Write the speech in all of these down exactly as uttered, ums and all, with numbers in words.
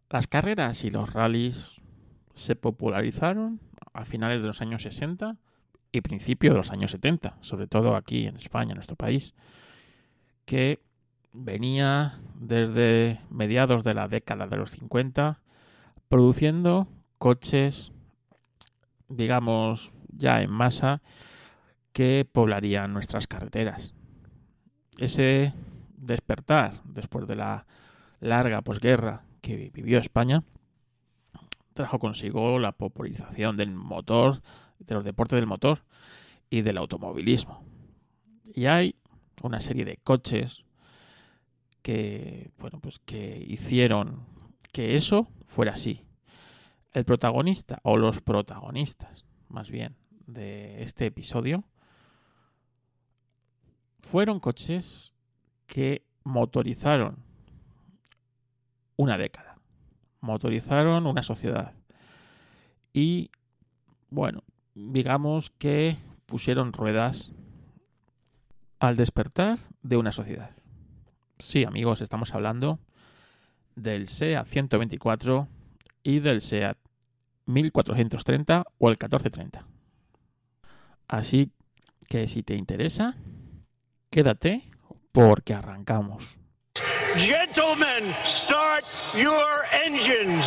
Las carreras y los rallies se popularizaron a finales de los años sesenta y principios de los años setenta, sobre todo aquí en España, en nuestro país, que venía desde mediados de la década de los cincuenta produciendo coches, digamos, ya en masa, que poblarían nuestras carreteras. Ese despertar después de la larga posguerra que vivió España trajo consigo la popularización del motor, de los deportes del motor y del automovilismo. Y hay una serie de coches que, bueno, pues que hicieron que eso fuera así. El protagonista, o los protagonistas, más bien, de este episodio, fueron coches que motorizaron una década, motorizaron una sociedad y, bueno, digamos que pusieron ruedas al despertar de una sociedad. Sí, amigos, estamos hablando del SEAT ciento veinticuatro y del SEAT mil cuatrocientos treinta o el catorce treinta. Así que si te interesa, quédate porque arrancamos. Gentlemen, start your engines.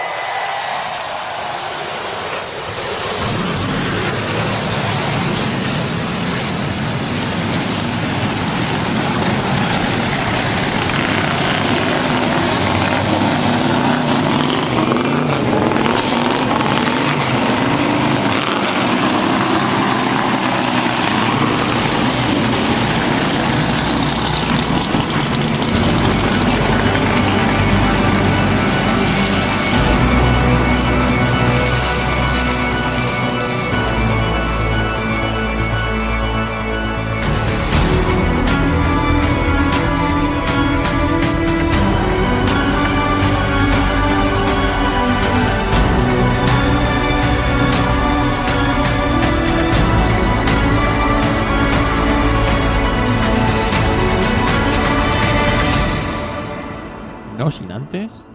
No sin antes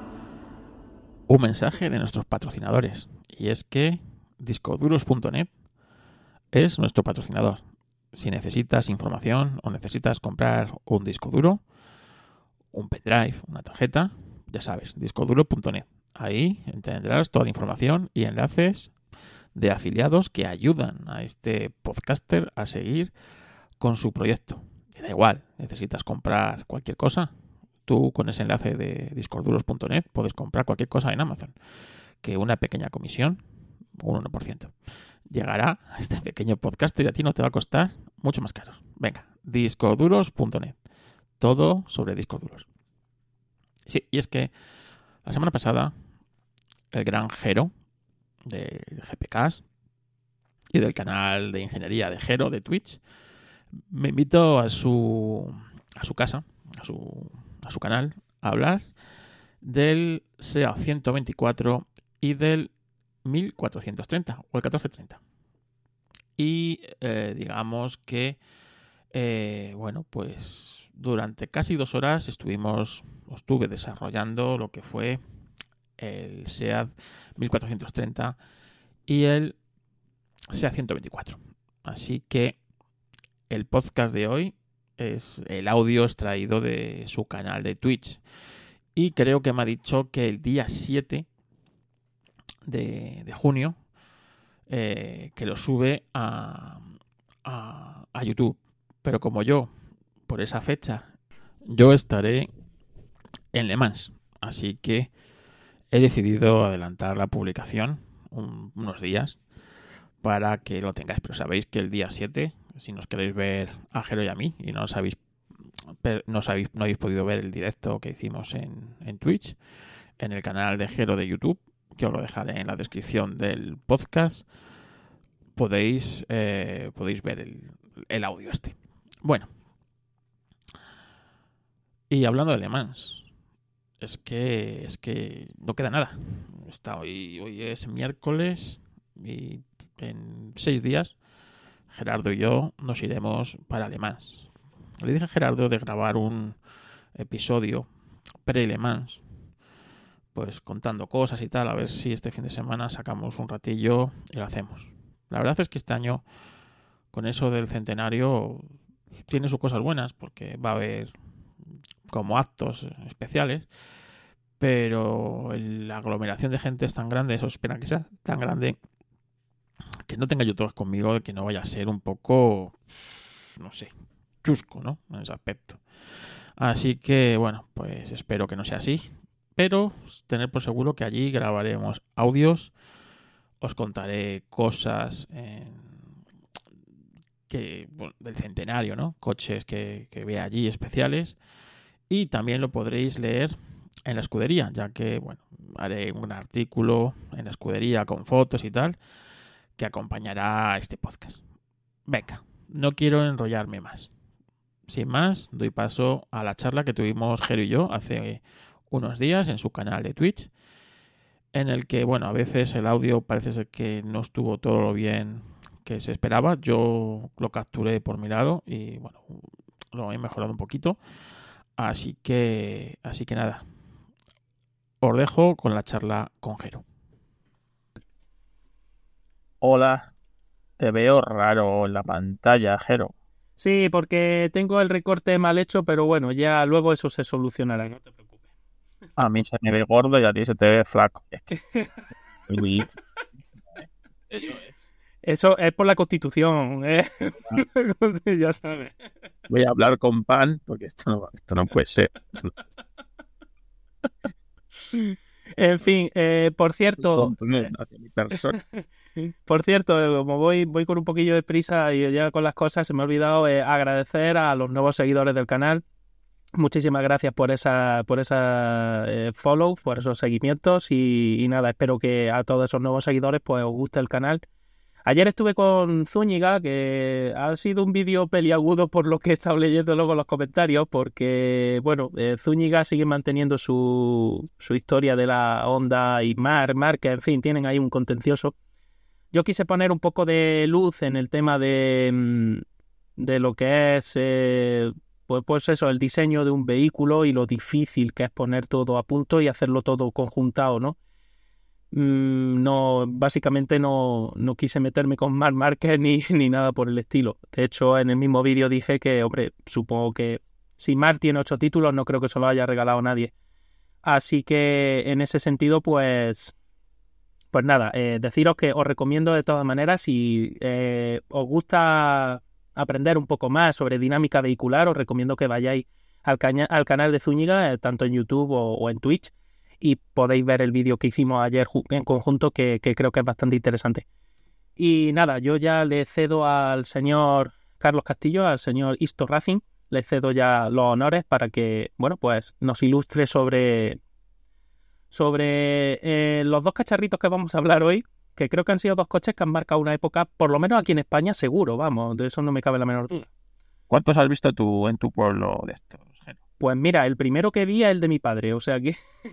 un mensaje de nuestros patrocinadores, y es que discoduros punto net es nuestro patrocinador. Si necesitas información o necesitas comprar un disco duro, un pendrive, una tarjeta, ya sabes, discoduro punto net. Ahí tendrás toda la información y enlaces de afiliados que ayudan a este podcaster a seguir con su proyecto. Y da igual, necesitas comprar cualquier cosa, tú con ese enlace de discoduros punto net puedes comprar cualquier cosa en Amazon, que una pequeña comisión, un uno por ciento, llegará a este pequeño podcaster y a ti no te va a costar mucho más caro. Venga, discoduros punto net, todo sobre discos duros. Sí, y es que la semana pasada el gran Jero de G P K S y del canal de ingeniería de Jero de Twitch me invitó a su a su casa, a su a su canal, a hablar del SEAT ciento veinticuatro y del mil cuatrocientos treinta o el catorce treinta. Y eh, digamos que eh, bueno, pues durante casi dos horas estuvimos, estuve desarrollando lo que fue el SEAT mil cuatrocientos treinta y el SEAT ciento veinticuatro. Así que el podcast de hoy es el audio extraído de su canal de Twitch. Y creo que me ha dicho que el día siete de, de junio eh, que lo sube a, a, a YouTube. Pero como yo, por esa fecha, yo estaré en Le Mans. Así que he decidido adelantar la publicación un, unos días para que lo tengáis. Pero sabéis que el día siete, si nos queréis ver a Jero y a mí y no os habéis, no, os habéis, no habéis podido ver el directo que hicimos en, en Twitch, en el canal de Jero de YouTube, que os lo dejaré en la descripción del podcast, podéis, eh, podéis ver el, el audio este. Bueno, y hablando de Le Mans, es que es que no queda nada. Está hoy, hoy es miércoles y en seis días Gerardo y yo nos iremos para Le Mans. Le dije a Gerardo de grabar un episodio pre-Le Mans pues contando cosas y tal, a ver si este fin de semana sacamos un ratillo y lo hacemos. La verdad es que este año, con eso del centenario, tiene sus cosas buenas, porque va a haber como actos especiales, pero la aglomeración de gente es tan grande, eso espera que sea tan grande, que no tenga yo todos conmigo, que no vaya a ser un poco, no sé, chusco, ¿no? En ese aspecto. Así que, bueno, pues espero que no sea así, pero tener por seguro que allí grabaremos audios, os contaré cosas eh, que, bueno, del centenario, ¿no? Coches que, que vea allí especiales, y también lo podréis leer en la escudería, ya que, bueno, haré un artículo en la escudería con fotos y tal, que acompañará a este podcast. Venga, no quiero enrollarme más. Sin más, doy paso a la charla que tuvimos Jero y yo hace unos días en su canal de Twitch, en el que, bueno, a veces el audio parece ser que no estuvo todo lo bien que se esperaba. Yo lo capturé por mi lado y, bueno, lo he mejorado un poquito. Así que, así que nada, os dejo con la charla con Jero. Hola, te veo raro en la pantalla, Jero. Sí, porque tengo el recorte mal hecho, pero bueno, ya luego eso se solucionará, no te preocupes. A mí se me ve gordo y a ti se te ve flaco. Es que... Uy. Eso es por la Constitución, ¿eh? Ya sabes. Voy a hablar con Pan porque esto no, esto no puede ser. En fin, eh, por cierto, Hacia mi persona. por cierto, eh, como voy, voy con un poquillo de prisa y ya con las cosas, se me ha olvidado eh, agradecer a los nuevos seguidores del canal. Muchísimas gracias por esa, por esa eh, follow, por esos seguimientos y, y nada, espero que a todos esos nuevos seguidores pues os guste el canal. Ayer estuve con Zúñiga, que ha sido un vídeo peliagudo por lo que he estado leyendo luego en los comentarios, porque, bueno, eh, Zúñiga sigue manteniendo su, su historia de la Honda y Mar, Marca, en fin, tienen ahí un contencioso. Yo quise poner un poco de luz en el tema de, de lo que es, eh, pues, pues eso, el diseño de un vehículo y lo difícil que es poner todo a punto y hacerlo todo conjuntado, ¿no? No, básicamente no, no quise meterme con Marc Márquez ni, ni nada por el estilo. De hecho, en el mismo vídeo dije que, hombre, supongo que si Marc tiene ocho títulos, no creo que se lo haya regalado a nadie. Así que, en ese sentido, pues... Pues nada, eh, deciros que os recomiendo de todas maneras, si eh, os gusta aprender un poco más sobre dinámica vehicular, os recomiendo que vayáis al, caña- al canal de Zúñiga, eh, tanto en YouTube o, o en Twitch, y podéis ver el vídeo que hicimos ayer en conjunto, que, que creo que es bastante interesante. Y nada, yo ya le cedo al señor Carlos Castillo, al señor Isto Racing, le cedo ya los honores para que, bueno, pues nos ilustre sobre, sobre eh, los dos cacharritos que vamos a hablar hoy, que creo que han sido dos coches que han marcado una época, por lo menos aquí en España, seguro, vamos, de eso no me cabe la menor duda. ¿Cuántos has visto tú en tu pueblo de estos, Jero? Pues mira, el primero que vi es el de mi padre, o sea que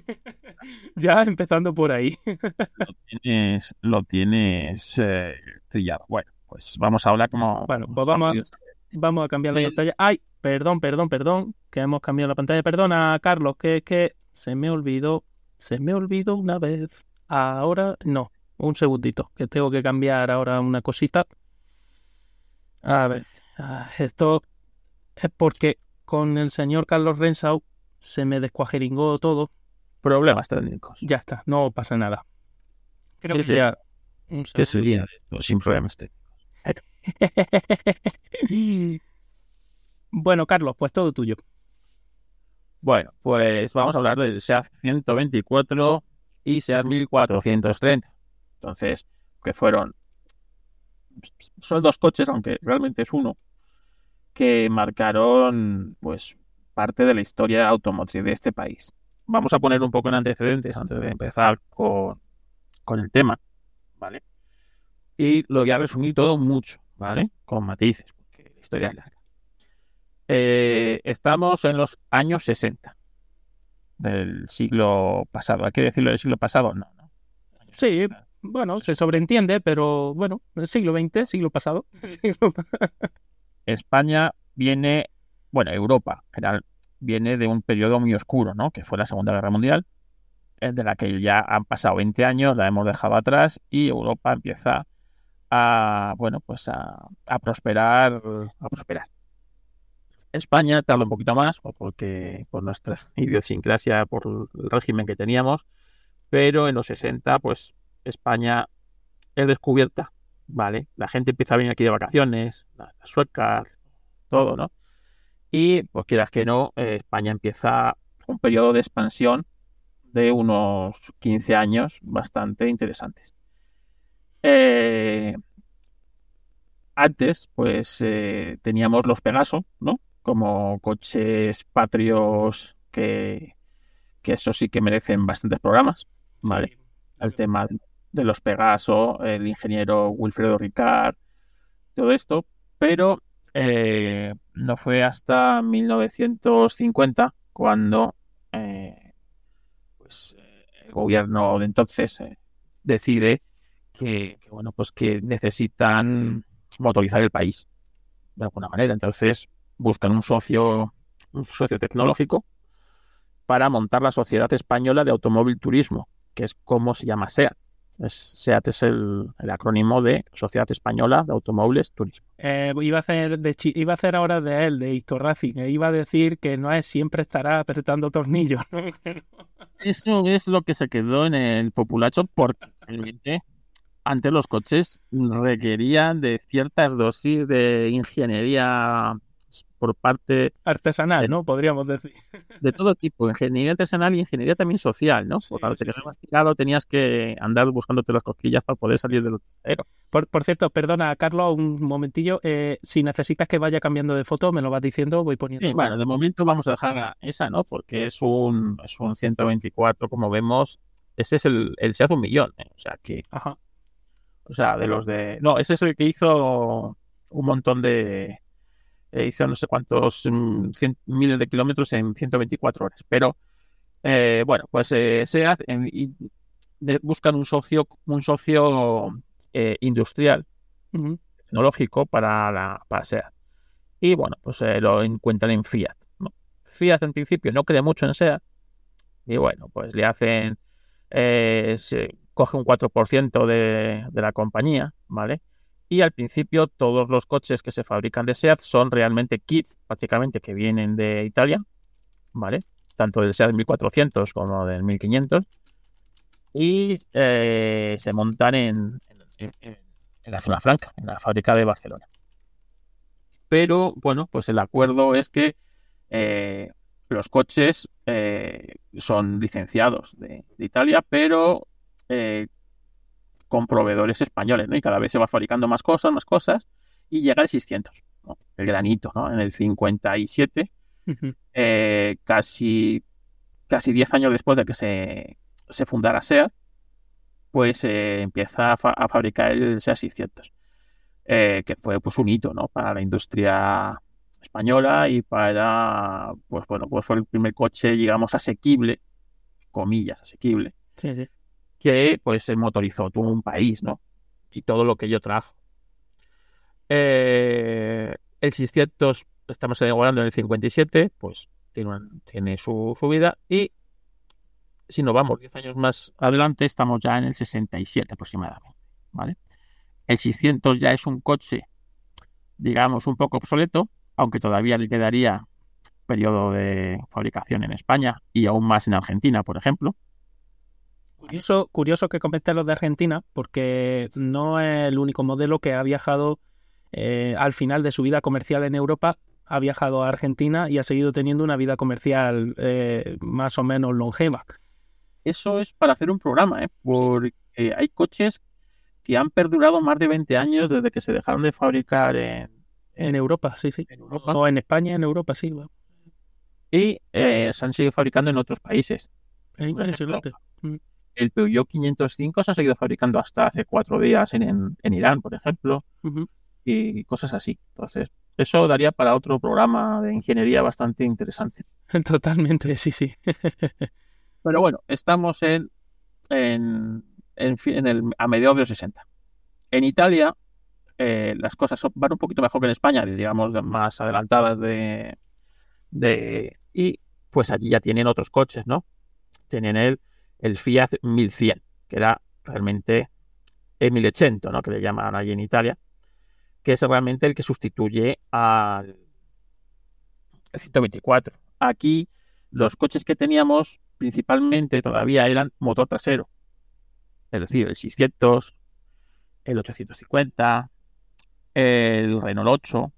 ya empezando por ahí. Lo tienes, lo tienes eh, trillado. Bueno, pues vamos a hablar como... Bueno, pues vamos a, vamos a cambiar la Sí. pantalla. Ay, perdón, perdón, perdón, que hemos cambiado la pantalla. Perdona, Carlos, que es que se me olvidó, se me olvidó una vez. Ahora, no, un segundito, que tengo que cambiar ahora una cosita. A ver, ah, esto es porque con el señor Carlos Rensau se me descuajeringó todo. Problemas técnicos. Ya está, no pasa nada. Creo ¿Qué que se- sea un ¿Qué segundo. sería de esto sin problemas técnicos? Bueno, Carlos, pues todo tuyo. Bueno, pues vamos a hablar del SEAT ciento veinticuatro y SEAT mil cuatrocientos treinta. Entonces, que fueron... Son dos coches, aunque realmente es uno, que marcaron, pues, parte de la historia automotriz de este país. Vamos a poner un poco en antecedentes antes de empezar con, con el tema, ¿vale? Y lo voy a resumir todo mucho, ¿vale? Con matices, porque la historia es larga. Eh, estamos en los años sesenta del siglo pasado. ¿Hay que decirlo del siglo pasado? No, no. Años Sí, sesenta. bueno, se sobreentiende, pero bueno, el siglo veinte, siglo pasado. Siglo pa- España viene, bueno, Europa en general viene de un periodo muy oscuro, ¿no? Que fue la Segunda Guerra Mundial. de la que ya han pasado veinte años, la hemos dejado atrás y Europa empieza a, bueno, pues a, a prosperar, a prosperar. España tarda un poquito más, porque por nuestra idiosincrasia, por el régimen que teníamos, pero en los sesenta, pues España es descubierta, ¿vale? La gente empieza a venir aquí de vacaciones, las suecas, todo, ¿no? Y, pues quieras que no, eh, España empieza un periodo de expansión de unos quince años bastante interesantes. Eh, antes, pues eh, teníamos los Pegaso, ¿no? Como coches patrios que, que eso sí que merecen bastantes programas, ¿vale? Sí. El tema de los Pegaso, el ingeniero Wilfredo Ricard, todo esto, pero eh, no fue hasta mil novecientos cincuenta cuando eh, pues, el gobierno de entonces eh, decide que, que, bueno, pues que necesitan motorizar el país de alguna manera. Entonces buscan un socio, un socio tecnológico para montar la Sociedad Española de Automóvil Turismo, que es como se llama SEAT. Es, SEAT es el, el acrónimo de Sociedad Española de Automóviles Turismo. Eh, iba a hacer de chi- iba a hacer ahora de él, de Histo Racing, e iba a decir que no es siempre estará apretando tornillos, ¿no? Eso es lo que se quedó en el populacho, porque realmente antes los coches requerían de ciertas dosis de ingeniería por parte artesanal, de, ¿no? Podríamos decir. De todo tipo, ingeniería artesanal y ingeniería también social, ¿no? Sí, Porque cuando sí, te sí. quedabas tirado tenías que andar buscándote las cosquillas para poder salir del trasero. Por, por cierto, perdona, Carlos, un momentillo. Eh, si necesitas que vaya cambiando de foto, me lo vas diciendo, voy poniendo. Sí, bueno, de momento vamos a dejar esa, ¿no? Porque es un, es un ciento veinticuatro, como vemos. Ese es el, el Seat un millón, ¿eh? O sea, que... Ajá. O sea, de los de... No, ese es el que hizo un montón de... Eh, hizo no sé cuántos mm, cien, miles de kilómetros en ciento veinticuatro horas. Pero, eh, bueno, pues eh, SEAT eh, y de, buscan un socio, un socio eh, industrial, uh-huh. tecnológico para, la, para SEAT. Y, bueno, pues eh, lo encuentran en Fiat, ¿no? Fiat, en principio, no cree mucho en SEAT. Y, bueno, pues le hacen... Eh, se coge un cuatro por ciento de, de la compañía, ¿vale? Y al principio todos los coches que se fabrican de SEAT son realmente kits, prácticamente, que vienen de Italia, ¿vale? Tanto del SEAT mil cuatrocientos como del mil quinientos. Y eh, se montan en, en, en, en la zona franca, en la fábrica de Barcelona. Pero, bueno, pues el acuerdo es que eh, los coches eh, son licenciados de, de Italia, pero eh, con proveedores españoles, ¿no? Y cada vez se va fabricando más cosas, más cosas, y llega el seiscientos, ¿no? El granito, ¿no? En el cincuenta y siete, uh-huh. eh, casi casi diez años después de que se, se fundara SEAT, pues eh, empieza a, fa- a fabricar el SEAT seiscientos, eh, que fue pues un hito, ¿no? Para la industria española y para, pues bueno, pues fue el primer coche, digamos, asequible, comillas, asequible, sí, sí. que pues se motorizó todo un país, ¿no? Y todo lo que ello trajo. Eh, el seiscientos, estamos hablando en el cincuenta y siete, pues tiene, una, tiene su, su vida, y si nos vamos diez años más adelante, estamos ya en el sesenta y siete aproximadamente, ¿vale? El seiscientos ya es un coche, digamos, un poco obsoleto, aunque todavía le quedaría periodo de fabricación en España y aún más en Argentina, por ejemplo. Curioso, curioso que comentes lo de Argentina, porque no es el único modelo que ha viajado eh, al final de su vida comercial en Europa, ha viajado a Argentina y ha seguido teniendo una vida comercial eh, más o menos longeva. Eso es para hacer un programa, ¿eh? Porque hay coches que han perdurado más de veinte años desde que se dejaron de fabricar en, en, en Europa, sí, sí. En Europa. O en España, en Europa, sí. Bueno. Y eh, se han seguido fabricando en otros países. Es impresionante. El Peugeot quinientos cinco se ha seguido fabricando hasta hace cuatro días en, en, en Irán, por ejemplo, uh-huh. y cosas así. Entonces, eso daría para otro programa de ingeniería bastante interesante. Totalmente, sí, sí. Pero bueno, estamos en, en, en, en el, a mediados de los sesenta. En Italia, eh, las cosas son, van un poquito mejor que en España, digamos, más adelantadas de, de... Y pues allí ya tienen otros coches, ¿no? Tienen el el Fiat mil cien, que era realmente el mil ochenta, ¿no? Que le llaman allí en Italia, que es realmente el que sustituye al ciento veinticuatro. Aquí los coches que teníamos principalmente todavía eran motor trasero, es decir, el seiscientos, el ochocientos cincuenta, el Renault ocho,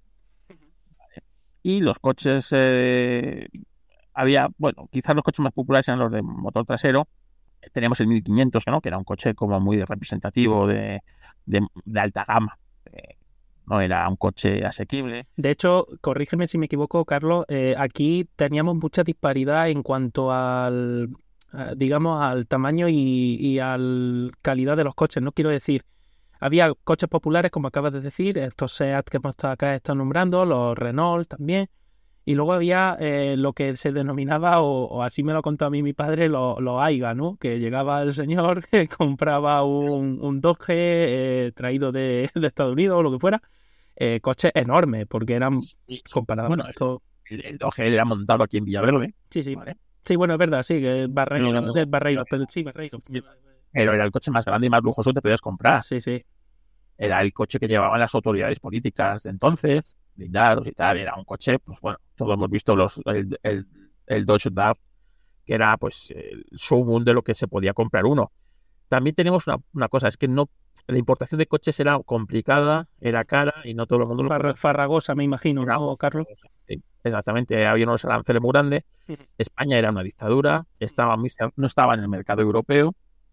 y los coches eh, había, bueno, quizás los coches más populares eran los de motor trasero. Teníamos el mil quinientos, ¿no? Que era un coche como muy representativo de, de, de alta gama. Eh, no era un coche asequible. De hecho, corrígeme si me equivoco, Carlos, eh, aquí teníamos mucha disparidad en cuanto al, a, digamos, al tamaño y, y a la calidad de los coches. No quiero decir, había coches populares, como acabas de decir, estos SEAT que hemos estado acá estado nombrando, los Renault también. Y luego había eh, lo que se denominaba, o, o así me lo contó a mí mi padre, los lo AIGA, ¿no? Que llegaba el señor que compraba un, un Dodge eh, traído de, de Estados Unidos o lo que fuera, eh, coches enormes, porque eran comparados Bueno, con esto. El, el Dodge era montado aquí en Villaverde. Sí, sí. ¿Vale? Sí, bueno, es verdad, sí, que Barreiro, No, no, no. de Barreiro, pero sí, Barreiro. Pero era el coche más grande y más lujoso que te podías comprar. Sí, sí. Era el coche que llevaban las autoridades políticas de entonces, blindados y tal. Era un coche, pues bueno, todos hemos visto los el, el, el Dodge Dart, que era pues el showroom de lo que se podía comprar uno. También tenemos una, una cosa, es que no la importación de coches era complicada, era cara y no todo el mundo lo Farra, Farragosa, me imagino, ¿no, Carlos? Sí, exactamente, había unos aranceles muy grandes. España era una dictadura, estaba muy, no estaba en el mercado europeo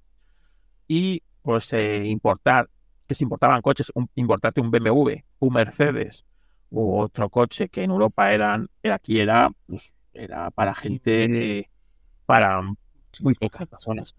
y pues eh, importar, que se importaban coches, un, importarte un B M W, un Mercedes u otro coche que en Europa eran, era, aquí era, pues, era para gente, para muy pocas personas.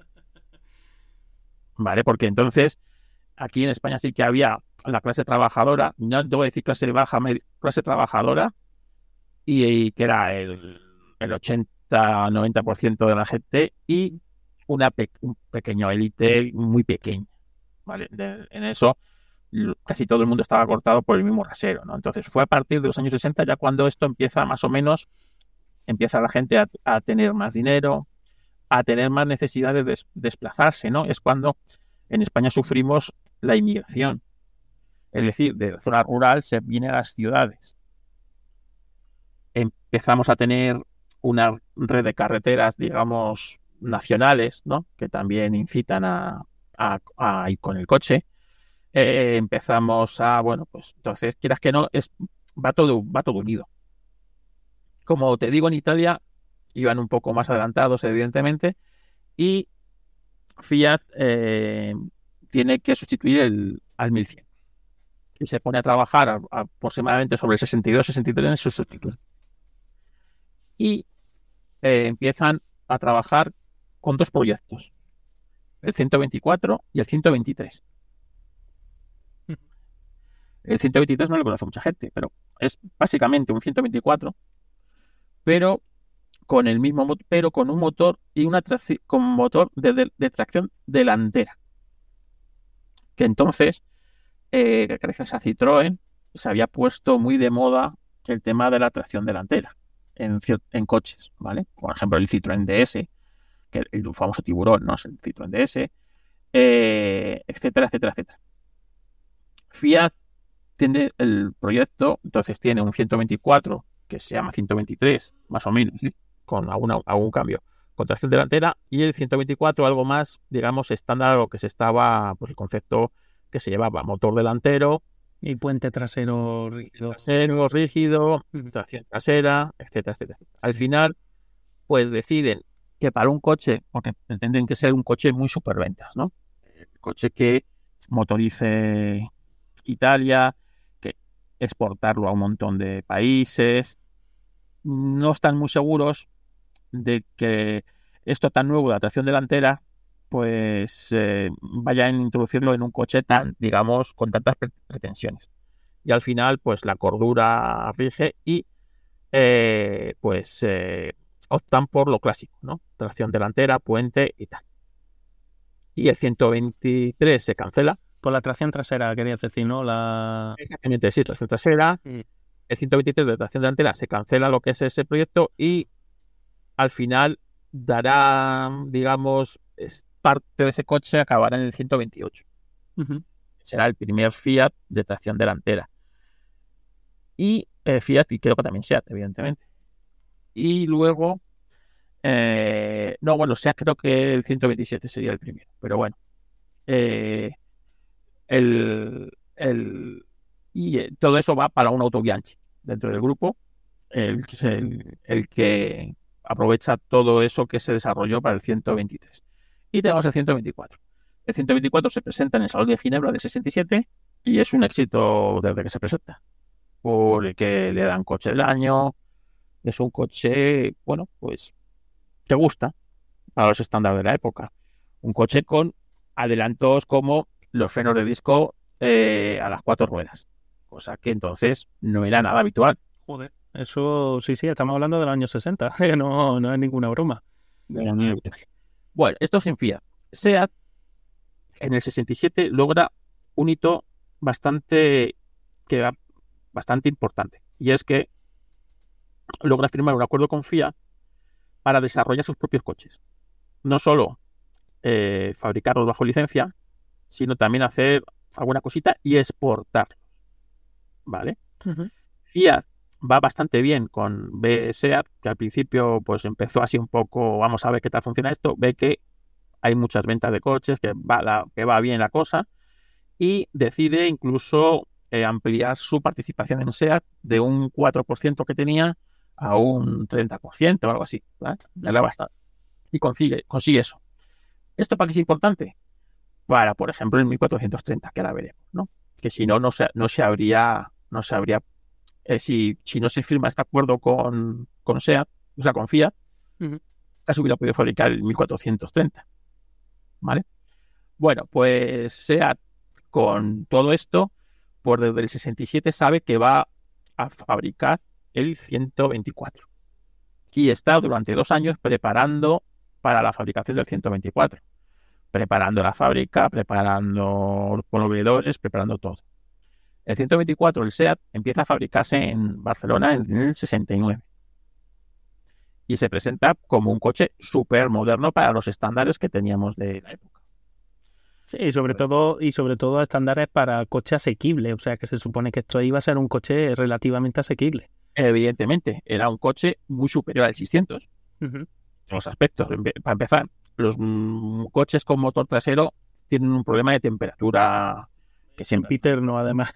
¿Vale? Porque entonces aquí en España sí que había la clase trabajadora, no te voy a decir clase baja, clase trabajadora, y, y que era el, el ochenta noventa por ciento de la gente, y una pe un pequeño élite muy pequeña, ¿vale? De, en eso casi todo el mundo estaba cortado por el mismo rasero, ¿no? Entonces fue a partir de los años sesenta ya cuando esto empieza más o menos, empieza la gente a, a tener más dinero, a tener más necesidad de des desplazarse, ¿no? Es cuando en España sufrimos la inmigración. Es decir, de la zona rural se viene a las ciudades. Empezamos a tener una red de carreteras, digamos, nacionales, ¿no? Que también incitan a, a, a ir con el coche. Eh, empezamos a, bueno, pues entonces, quieras que no, es, va todo, va todo unido. Como te digo, en Italia iban un poco más adelantados, evidentemente, y Fiat eh, tiene que sustituir el, al mil cien. Y se pone a trabajar a, a aproximadamente sobre el sesenta y dos sesenta y tres en su sustitución. Y eh, empiezan a trabajar con dos proyectos, el ciento veinticuatro y el ciento veintitrés. El ciento veintitrés no lo conoce mucha gente, pero es básicamente un ciento veinticuatro, pero con el mismo, pero con un motor y una con motor de, de, de tracción delantera. Que entonces, eh, gracias a Citroën, se había puesto muy de moda el tema de la tracción delantera en, en coches, ¿vale? Por ejemplo, el Citroën D S, que es el famoso tiburón, ¿no? Es el Citroën D S, eh, etcétera, etcétera, etcétera. Fiat tiene el proyecto, entonces tiene un ciento veinticuatro que se llama ciento veintitrés, más o menos, ¿sí? Con alguna, algún cambio, con tracción delantera, y el ciento veinticuatro algo más, digamos, estándar a lo que se estaba, pues el concepto que se llevaba, motor delantero y puente trasero rígido, trasero rígido, tracción trasera, etcétera, etcétera. Al final, pues deciden que para un coche, porque pretenden que sea un coche muy superventas, ¿no? El coche que motorice Italia, que exportarlo a un montón de países, no están muy seguros de que esto tan nuevo de la tracción delantera pues eh, vayan a introducirlo en un coche tan, digamos, con tantas pretensiones. Y al final, pues la cordura rige y eh, pues eh, optan por lo clásico, ¿no? Tracción delantera, puente y tal. Y el ciento veintitrés se cancela. Por la tracción trasera, querías decir, ¿no? La... Exactamente, sí, tracción trasera. Mm. El ciento veintitrés de tracción delantera se cancela lo que es ese proyecto y al final dará, digamos, es, parte de ese coche acabará en el ciento veintiocho. Uh-huh. Será el primer Fiat de tracción delantera. Y eh, Fiat, y creo que también Seat, evidentemente. Y luego, eh, no, bueno, Seat creo que el ciento veintisiete sería el primero, pero bueno. Eh, el, el, y eh, todo eso va para un Auto Bianchi dentro del grupo, el, el, el que aprovecha todo eso que se desarrolló para el ciento veintitrés. Y tenemos el ciento veinticuatro. El ciento veinticuatro se presenta en el Salón de Ginebra del sesenta y siete y es un éxito desde que se presenta, porque le dan coche del año. Es un coche, bueno, pues te gusta para los estándares de la época. Un coche con adelantos como los frenos de disco eh, a las cuatro ruedas, cosa que entonces no era nada habitual. Joder, eso sí, sí, estamos hablando de los años sesenta, que no, no es ninguna broma. Bueno, esto es en Fiat. Seat en el sesenta y siete logra un hito bastante, que va bastante importante, y es que logra firmar un acuerdo con Fiat para desarrollar sus propios coches. No solo eh, fabricarlos bajo licencia, sino también hacer alguna cosita y exportarlos. ¿Vale? Uh-huh. Fiat va bastante bien con B Seat, que al principio pues empezó así un poco, vamos a ver qué tal funciona esto, ve que hay muchas ventas de coches, que va, la, que va bien la cosa, y decide incluso eh, ampliar su participación en Seat de un cuatro por ciento que tenía a un treinta por ciento o algo así, ¿vale? Le da bastante. Y consigue, consigue eso. ¿Esto para qué es importante? Para, por ejemplo, el mil cuatrocientos treinta, que ahora veremos, ¿no? Que si no, no se, no se habría, no se habría, eh, si, si no se firma este acuerdo con, con Seat, o sea, con Fiat, uh-huh. casi hubiera podido fabricar el mil cuatrocientos treinta, ¿vale? Bueno, pues Seat, con todo esto, pues desde el sesenta y siete sabe que va a fabricar el ciento veinticuatro. Y está durante dos años preparando para la fabricación del ciento veinticuatro. Preparando la fábrica, preparando proveedores, preparando todo. El ciento veinticuatro, el Seat, empieza a fabricarse en Barcelona en el sesenta y nueve. Y se presenta como un coche súper moderno para los estándares que teníamos de la época. Sí, y sobre pues, todo, y sobre todo estándares para coche asequible, o sea que se supone que esto iba a ser un coche relativamente asequible. Evidentemente, era un coche muy superior al seiscientos. Uh-huh. En los aspectos. Para empezar, los mm, coches con motor trasero tienen un problema de temperatura que siempre... Sempiterno, además.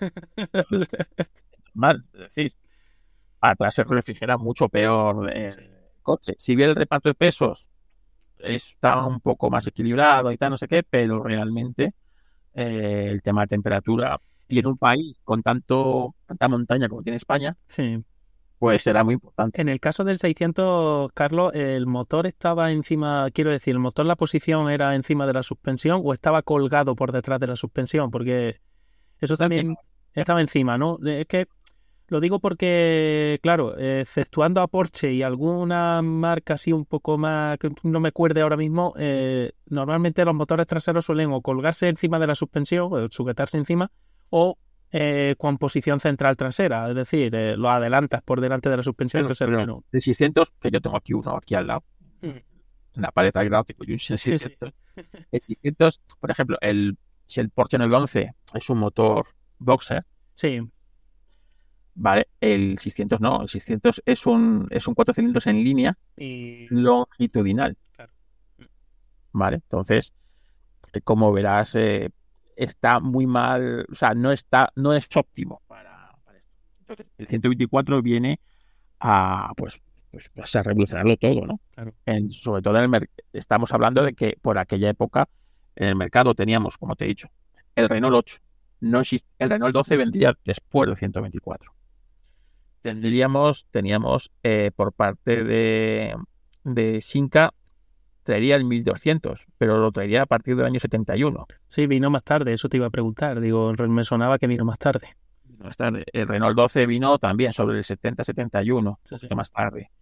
Mal, es decir, atrás se refrigera mucho peor el sí. coche. Si bien el reparto de pesos está un poco más equilibrado y tal, no sé qué, pero realmente eh, el tema de temperatura, y en un país con tanto tanta montaña como tiene España, sí. pues será muy importante. En el caso del seiscientos, Carlos, ¿el motor estaba encima, quiero decir, el motor, la posición era encima de la suspensión o estaba colgado por detrás de la suspensión? Porque eso está también encima. Estaba encima, ¿no? Es que lo digo porque, claro, exceptuando a Porsche y alguna marca así un poco más, que no me acuerde ahora mismo, eh, normalmente los motores traseros suelen o colgarse encima de la suspensión, o sujetarse encima, o eh, con posición central trasera, es decir, eh, lo adelantas por delante de la suspensión. Pero, pero no. De seiscientos, que yo tengo aquí uno aquí al lado, mm. en la pared al lado, tengo un seiscientos. Sí, sí. El seiscientos, por ejemplo, el, si el Porsche nueve once es un motor boxer, sí. Vale, el seiscientos no, el seiscientos es un, es un cuatro cilindros en línea y longitudinal. Claro. Vale, entonces, como verás, eh, está muy mal, o sea, no está, no es óptimo para, para esto. Entonces, el ciento veinticuatro viene a, pues, pues, pues a revolucionarlo todo, ¿no? Claro. En, sobre todo en el mercado, estamos hablando de que por aquella época en el mercado teníamos, como te he dicho, el Renault ocho, no existe, el Renault doce vendría después del ciento veinticuatro. Tendríamos, teníamos eh, por parte de, de Simca, traería el mil doscientos, pero lo traería a partir del año setenta y uno. Sí, vino más tarde, eso te iba a preguntar. Digo, me sonaba que vino más tarde. Más tarde. El Renault doce vino también sobre el setenta setenta y uno, sí, un poquito sí. más tarde.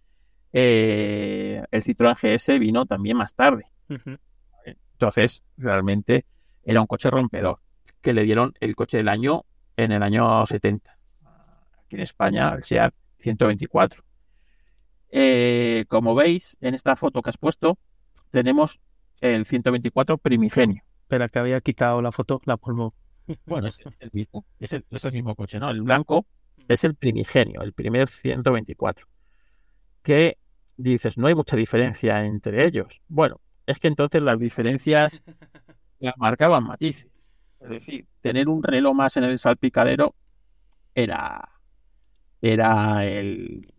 Eh, el Citroën G S vino también más tarde. Uh-huh. Entonces, realmente era un coche rompedor, que le dieron el coche del año en el año setenta. Aquí en España, el Seat ciento veinticuatro. Eh, como veis en esta foto que has puesto, tenemos el ciento veinticuatro primigenio. Espera, que había quitado la foto, la polvo. Bueno, es el mismo, es el, es el mismo coche, ¿no? El blanco es el primigenio, el primer ciento veinticuatro. Que dices, no hay mucha diferencia entre ellos. Bueno, es que entonces las diferencias las marcaban matices. Es decir, tener un reloj más en el salpicadero era, era el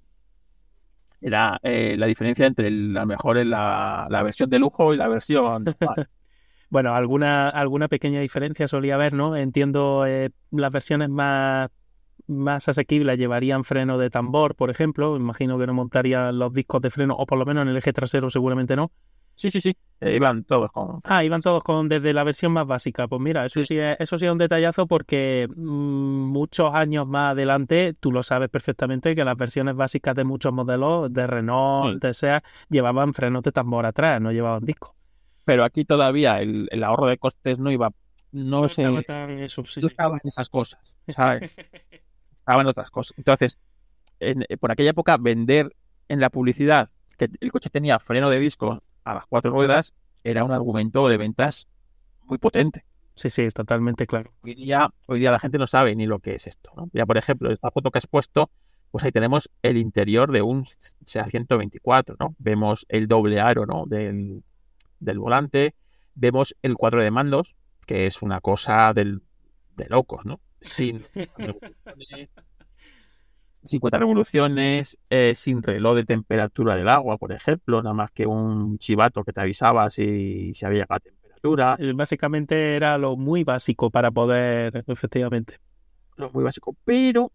era eh, la diferencia entre el- la mejor en la, la versión de lujo y la versión normal. Bueno, alguna, alguna pequeña diferencia solía haber, ¿no? Entiendo, eh, las versiones más, más asequibles llevarían freno de tambor, por ejemplo. Imagino que no montarían los discos de freno, o por lo menos en el eje trasero seguramente no. Sí, sí, sí. Eh, iban todos con... Ah, iban todos con desde la versión más básica. Pues mira, eso sí, es, eso sí es un detallazo porque mm, muchos años más adelante, tú lo sabes perfectamente, que las versiones básicas de muchos modelos, de Renault, Sí. de SEAT, llevaban frenos de tambor atrás, no llevaban discos. Pero aquí todavía el, el ahorro de costes no iba... No, se, estaba tan eso, sí, no sí. estaba en esas cosas, ¿sabes? Estaba en otras cosas. Entonces, en- por aquella época, vender en la publicidad que el coche tenía freno de disco a las cuatro ruedas era un argumento de ventas muy potente. Sí, sí, totalmente claro. Hoy día, hoy día la gente no sabe ni lo que es esto, ¿no? Ya, por ejemplo, esta foto que has puesto, pues ahí tenemos el interior de un SEAT ciento veinticuatro, ¿no? Vemos el doble aro, ¿no? del, del volante, vemos el cuadro de mandos, que es una cosa del, de locos, ¿no? Sin revoluciones, cincuenta revoluciones, eh, sin reloj de temperatura del agua, por ejemplo, nada más que un chivato que te avisaba si, si había llegado a temperatura. Eh, Básicamente era lo muy básico para poder, efectivamente. No es muy básico, pero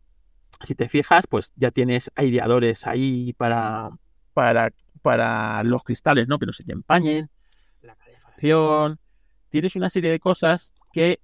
si te fijas, pues ya tienes aireadores ahí para, para, para los cristales, ¿no? Que no se te empañen, la calefacción, tienes una serie de cosas que,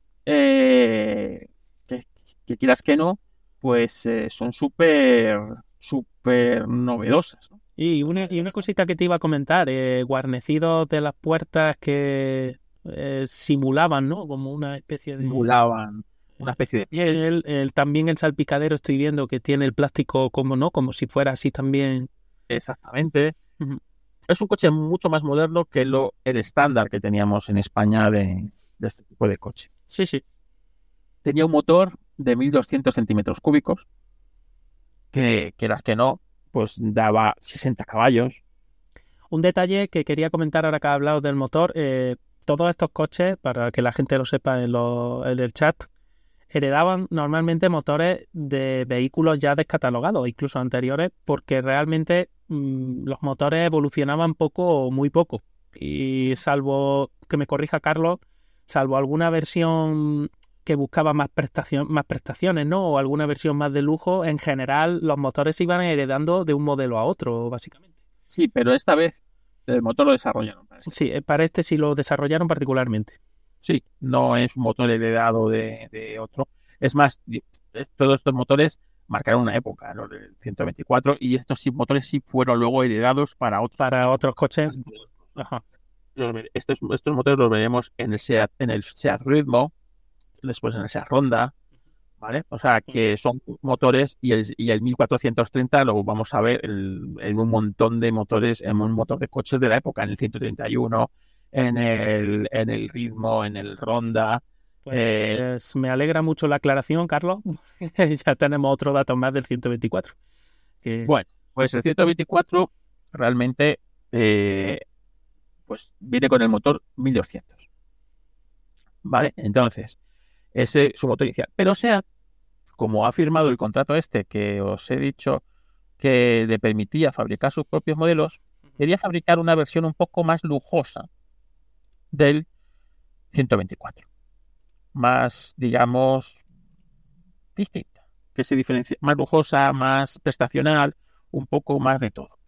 eh, que, que quieras que no, pues eh, son súper, súper novedosas, ¿no? Y una, y una cosita que te iba a comentar, eh, guarnecidos de las puertas que eh, simulaban, ¿no? Como una especie de... Simulaban una especie de piel. El, el- también el salpicadero estoy viendo que tiene el plástico como, ¿no? Como si fuera así también. Exactamente. Ujú. Es un coche mucho más moderno que lo, el estándar que teníamos en España de, de este tipo de coche. Sí, sí. Tenía un motor de mil doscientos centímetros cúbicos, que quieras que no, pues daba sesenta caballos. Un detalle que quería comentar ahora que has hablado del motor, eh, todos estos coches, para que la gente lo sepa en, lo- en el chat, heredaban normalmente motores de vehículos ya descatalogados, incluso anteriores, porque realmente mm, los motores evolucionaban poco o muy poco. Y salvo, que me corrija Carlos, salvo alguna versión que buscaba más prestación, más prestaciones, ¿no? O alguna versión más de lujo, en general los motores se iban heredando de un modelo a otro, básicamente. Sí, pero esta vez el motor lo desarrollaron para este. Sí, eh, para este sí lo desarrollaron particularmente. Sí, no es un motor heredado de, de otro. Es más, di- es- todos estos motores marcaron una época, los del ciento veinticuatro, y estos sí, motores sí fueron luego heredados para otros. Para otros coches. Ajá. Los ve- estos, estos motores los veremos en el SEAT, en el SEAT Ritmo, después en el SEAT Ronda, ¿vale? O sea, que son motores y el, y el mil cuatrocientos treinta lo vamos a ver el- en un montón de motores, en un motor de coches de la época, en el ciento treinta y uno, en el, en el Ritmo, en el Ronda. Eh, Pues me alegra mucho la aclaración, Carlos. Ya tenemos otro dato más del ciento veinticuatro. Que... Bueno, pues el ciento veinticuatro realmente eh, pues viene con el motor mil doscientos. ¿Vale? Entonces, ese es su motor inicial. Pero SEAT, como ha firmado el contrato este que os he dicho que le permitía fabricar sus propios modelos, quería fabricar una versión un poco más lujosa del ciento veinticuatro. Más, digamos, distinta. Que se diferencia, más lujosa, más prestacional, un poco más de todo.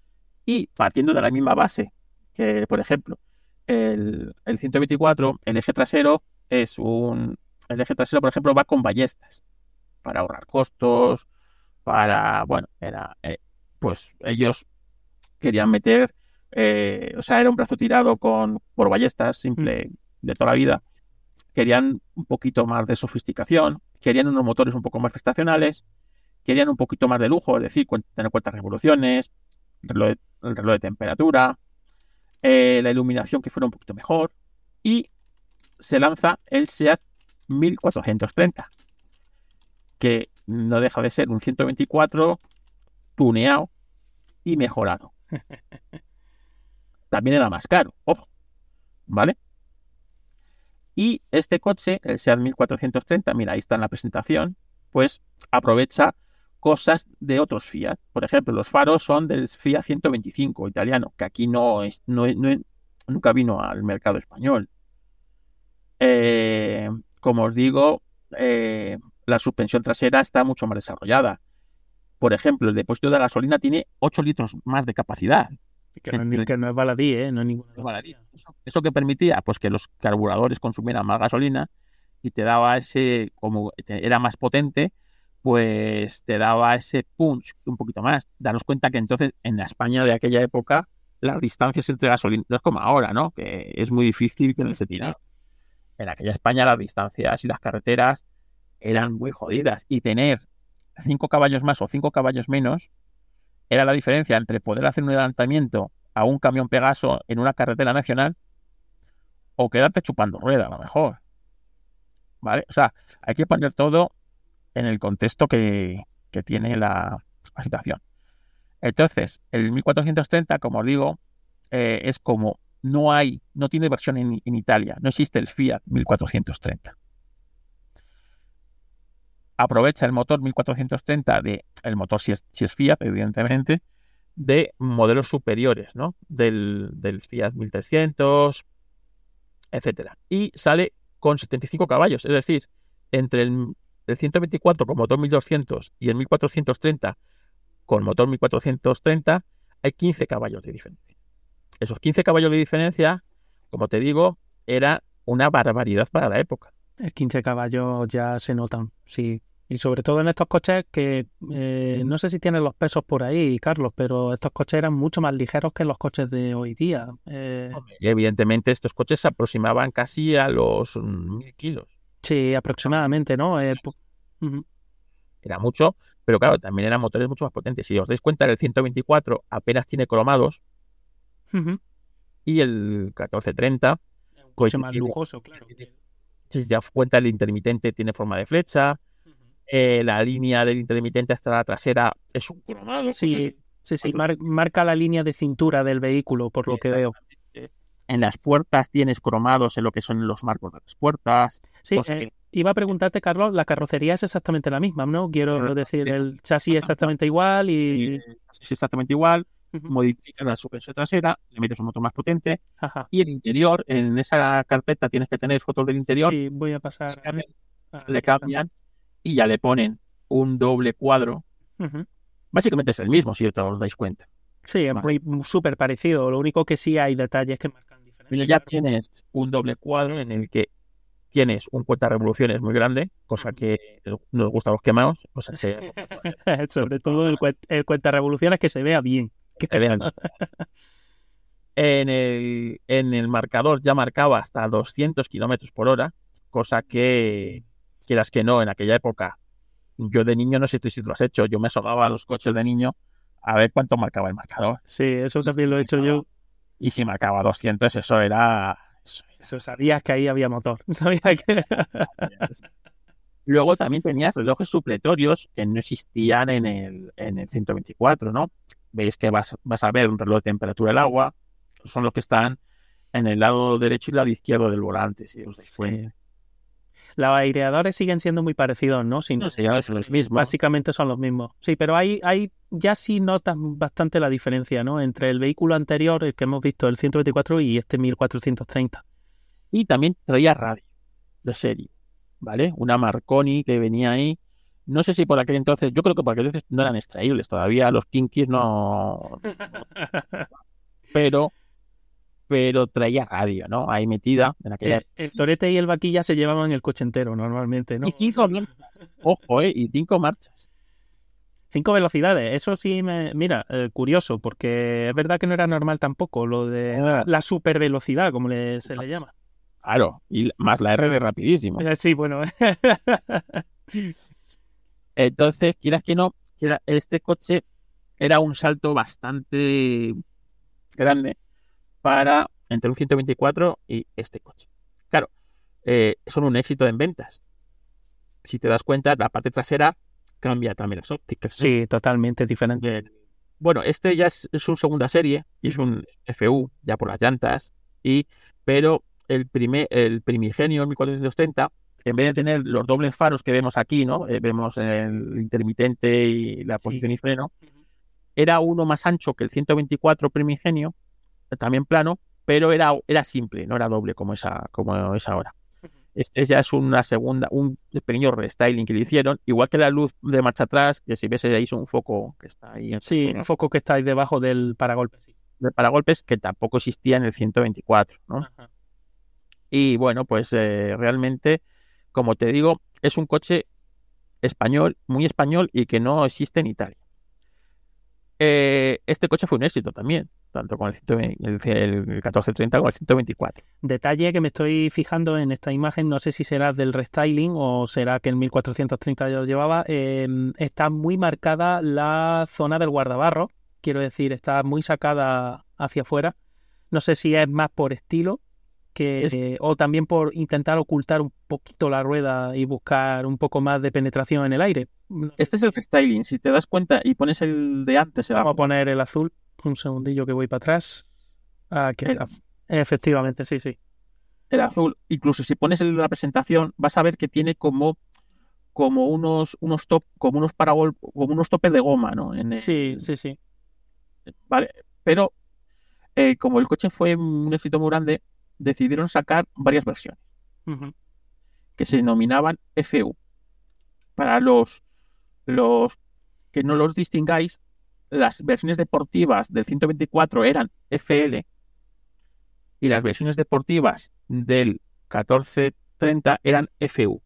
Y partiendo de la misma base que, por ejemplo, el, el ciento veinticuatro, el eje trasero es un... El eje trasero, por ejemplo, va con ballestas para ahorrar costos, para... Bueno, era... eh, pues ellos querían meter... eh, o sea, era un brazo tirado con por ballestas, simple, de toda la vida. Querían un poquito más de sofisticación, querían unos motores un poco más prestacionales, querían un poquito más de lujo, es decir, cuen- tener cuentas revoluciones, reloj de, el reloj de temperatura, eh, la iluminación que fuera un poquito mejor, y se lanza el SEAT mil cuatrocientos treinta, que no deja de ser un ciento veinticuatro tuneado y mejorado. También era más caro, ojo, ¿vale? Y este coche, el SEAT mil cuatrocientos treinta, mira, ahí está en la presentación, pues aprovecha cosas de otros Fiat. Por ejemplo, los faros son del Fiat ciento veinticinco italiano, que aquí no es, no, no, nunca vino al mercado español. Eh, como os digo, eh, la suspensión trasera está mucho más desarrollada. Por ejemplo, el depósito de gasolina tiene ocho litros más de capacidad. Que no, es, que no es baladí, ¿eh? No es ninguna baladí. ¿Eso, ¿Eso qué permitía? Pues que los carburadores consumieran más gasolina y te daba ese, como era más potente, pues te daba ese punch un poquito más. Daros cuenta que entonces en la España de aquella época las distancias entre gasolina, no es como ahora, ¿no? Que es muy difícil que no se tire. En aquella España las distancias y las carreteras eran muy jodidas, y tener cinco caballos más o cinco caballos menos era la diferencia entre poder hacer un adelantamiento a un camión Pegaso en una carretera nacional o quedarte chupando rueda, a lo mejor. ¿Vale? O sea, hay que poner todo en el contexto que, que tiene la, la situación. Entonces, el mil cuatrocientos treinta, como os digo, eh, es como no hay, no tiene versión en, en Italia, no existe el Fiat mil cuatrocientos treinta. Aprovecha el motor mil cuatrocientos treinta de, el motor si es, si es Fiat, evidentemente, de modelos superiores, ¿no? Del, del Fiat mil trescientos, etcétera. Y sale con setenta y cinco caballos, es decir, entre el, el ciento veinticuatro con motor mil doscientos y el mil cuatrocientos treinta con motor mil cuatrocientos treinta hay quince caballos de diferencia. Esos quince caballos de diferencia, como te digo, era una barbaridad para la época. quince caballos ya se notan, sí. Y sobre todo en estos coches que eh, no sé si tienen los pesos por ahí, Carlos, pero estos coches eran mucho más ligeros que los coches de hoy día. Eh... Y evidentemente estos coches se aproximaban casi a los mil kilos. Sí, aproximadamente, ¿no? Eh, uh-huh. Era mucho, pero claro, también eran motores mucho más potentes. Si os dais cuenta, el ciento veinticuatro apenas tiene cromados, uh-huh, y el catorce treinta es un coche pues, más tiene, lujoso, claro. Si os das cuenta, el intermitente tiene forma de flecha. Eh, la línea del intermitente hasta la trasera es un cromado. Sí, sí, sí, mar- marca la línea de cintura del vehículo, por lo que veo. En las puertas tienes cromados en lo que son los marcos de las puertas. Sí, eh, que... iba a preguntarte, Carlos, la carrocería es exactamente la misma, ¿no? Quiero Pero, decir, sí, el chasis es exactamente igual y... Es exactamente igual. Uh-huh. Modificas la suspensión trasera, le metes un motor más potente. Ajá. Y el interior, en esa carpeta tienes que tener fotos del interior. Sí, voy a pasar. Le cambian, ah, le cambian y ya le ponen un doble cuadro. Uh-huh. Básicamente es el mismo, si os dais cuenta. Sí, es vale. súper parecido. Lo único que sí hay detalles que marcan diferencia. Pero ya tienes un doble cuadro en el que tienes un cuenta revoluciones muy grande, cosa que nos gusta a los quemados. O sea, se... Sobre todo el, cu- el cuenta revoluciones que se vea bien. Que se vean. En el, en el marcador ya marcaba hasta doscientos kilómetros por hora, cosa que, quieras que no, en aquella época, yo de niño, no sé si tú lo has hecho, yo me asomaba a los coches de niño a ver cuánto marcaba el marcador. Sí, eso también lo he hecho yo. Y si marcaba doscientos, eso era... Eso, eso sabías que ahí había motor. Sabías que... Luego también tenías relojes supletorios que no existían en el, en el ciento veinticuatro, ¿no? Veis que vas, vas a ver un reloj de temperatura del agua, son los que están en el lado derecho y el lado izquierdo del volante, si os dais cuenta. Los aireadores siguen siendo muy parecidos, ¿no? Si no, los aireadores son los mismos. Básicamente son los mismos. Sí, pero hay, hay ya sí notas bastante la diferencia, ¿no? Entre el vehículo anterior, el que hemos visto, el ciento veinticuatro, y este mil cuatrocientos treinta. Y también traía radio de serie, ¿vale? Una Marconi que venía ahí. No sé si por aquel entonces, yo creo que por aquel entonces no eran extraíbles todavía, los Kinkis no... pero... pero traía radio, ¿no? Ahí metida en aquella... El, el Torete y el Vaquilla se llevaban el coche entero normalmente, ¿no? Y cinco marchas. Ojo, ¿eh? Y cinco marchas. Cinco velocidades. Eso sí me... Mira, eh, curioso, porque es verdad que no era normal tampoco lo de ah. la supervelocidad, como le, se le llama. Claro, y más la R de rapidísimo. Sí, bueno. Entonces, quieras que no, este coche era un salto bastante grande, para entre un ciento veinticuatro y este coche. Claro, eh, son un éxito en ventas. Si te das cuenta, la parte trasera cambia también las ópticas. Sí, totalmente diferente. Eh, Bueno, este ya es, es su segunda serie y es un F U, ya por las llantas, y, pero el, primer, el primigenio mil cuatrocientos treinta, en vez de tener los dobles faros que vemos aquí, ¿no? Eh, vemos el intermitente y la posición y freno, era uno más ancho que el ciento veinticuatro primigenio, también plano, pero era, era simple, no era doble como, esa, como es ahora. Este ya es una segunda, un pequeño restyling que le hicieron, igual que la luz de marcha atrás, que si ves ahí es un foco que está ahí. En Sí, un foco que está ahí debajo del paragolpes. Sí. De paragolpes, que tampoco existía en el ciento veinticuatro, ¿no? Ajá. Y bueno, pues eh, realmente, como te digo, es un coche español, muy español y que no existe en Italia. Eh, este coche fue un éxito también, tanto con el, ciento veinte, el, el catorce treinta como el ciento veinticuatro. Detalle que me estoy fijando en esta imagen, no sé si será del restyling o será que el mil cuatrocientos treinta ya lo llevaba, eh, está muy marcada la zona del guardabarro, quiero decir, está muy sacada hacia afuera. No sé si es más por estilo que Es- eh, o también por intentar ocultar un poquito la rueda y buscar un poco más de penetración en el aire. Este es el restyling, si te das cuenta y pones el de antes, el Vamos a poner el azul. Un segundillo que voy para atrás. Aquí El- está. Efectivamente, sí, sí. el azul, incluso si pones el de la presentación, vas a ver que tiene como, como unos, unos top, como unos paragol, como unos topes de goma, ¿no? En el- Sí, sí, sí. Vale, pero eh, como el coche fue un éxito muy grande, decidieron sacar varias versiones Ujú. que se denominaban F U. Para los, los que no los distingáis, las versiones deportivas del ciento veinticuatro eran F L y las versiones deportivas del catorce treinta eran F U.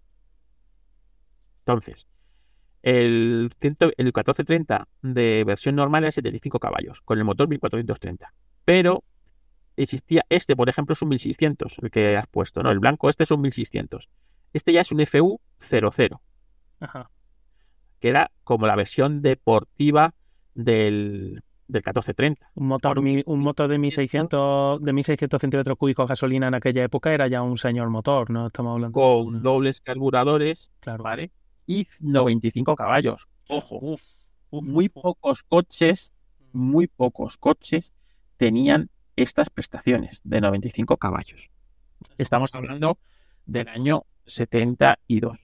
Entonces, el, cien, el catorce treinta de versión normal era setenta y cinco caballos, con el motor mil cuatrocientos treinta. Pero existía este, por ejemplo, es un mil seiscientos, el que has puesto, ¿no? El blanco, este es un mil seiscientos. Este ya es un F U cero cero, Ajá. que era como la versión deportiva del, del catorce treinta. Un motor, mi- un motor de mil seiscientos, de mil seiscientos centímetros cúbicos gasolina en aquella época era ya un señor motor, ¿no? Estamos hablando. Con dobles carburadores, Claro. ¿vale? Y noventa y cinco caballos. Ojo, Uf, uf, muy uf. pocos coches, muy pocos coches tenían estas prestaciones de noventa y cinco caballos. Estamos hablando del año setenta y dos.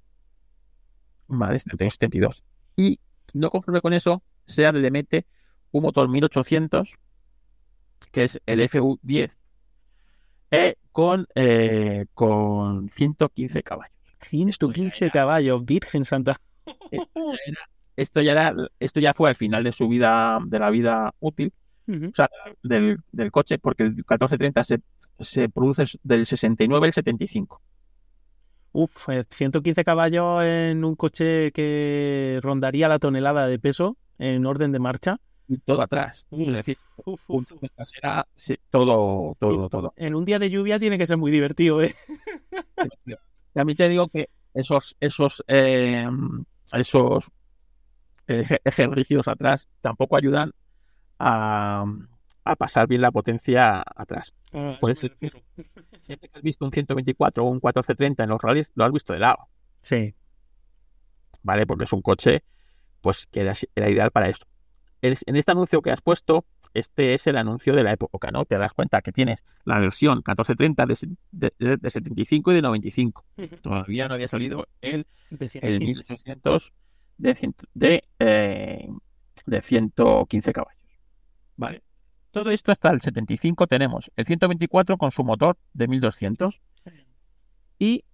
Vale, setenta y dos, setenta y dos. Y no conforme con eso, SEAT le mete un motor mil ochocientos, que es el F U diez, eh, con, eh, con ciento quince caballos. ciento quince caballos, Virgen Santa. Esto ya, era, esto, ya era, esto ya fue al final de su vida, de la vida útil, Ujú. o sea, del, del coche, porque el catorce treinta se, se produce del sesenta y nueve al setenta y cinco. Uf, eh, ciento quince caballos en un coche que rondaría la tonelada de peso en orden de marcha. Y todo atrás. Es decir, Uf, uf, punta uf. trasera, sí, todo, todo, todo. En un día de lluvia tiene que ser muy divertido, ¿eh? También te digo que esos, esos, eh, esos eje- ejes rígidos atrás tampoco ayudan a, a pasar bien la potencia atrás. Por eso, siempre que has visto un ciento veinticuatro o un catorce treinta en los rallies, lo has visto de lado, Sí. ¿vale? Porque es un coche, pues, que era, era ideal para eso. El- en este anuncio que has puesto, este es el anuncio de la época, ¿no? Te das cuenta que tienes la versión catorce treinta de, se- de, de- de setenta y cinco y de noventa y cinco. Todavía no había salido el, De el mil ochocientos de, cien- de, eh, de ciento quince caballos. Vale. Todo esto hasta el setenta y cinco tenemos el ciento veinticuatro con su motor de mil doscientos y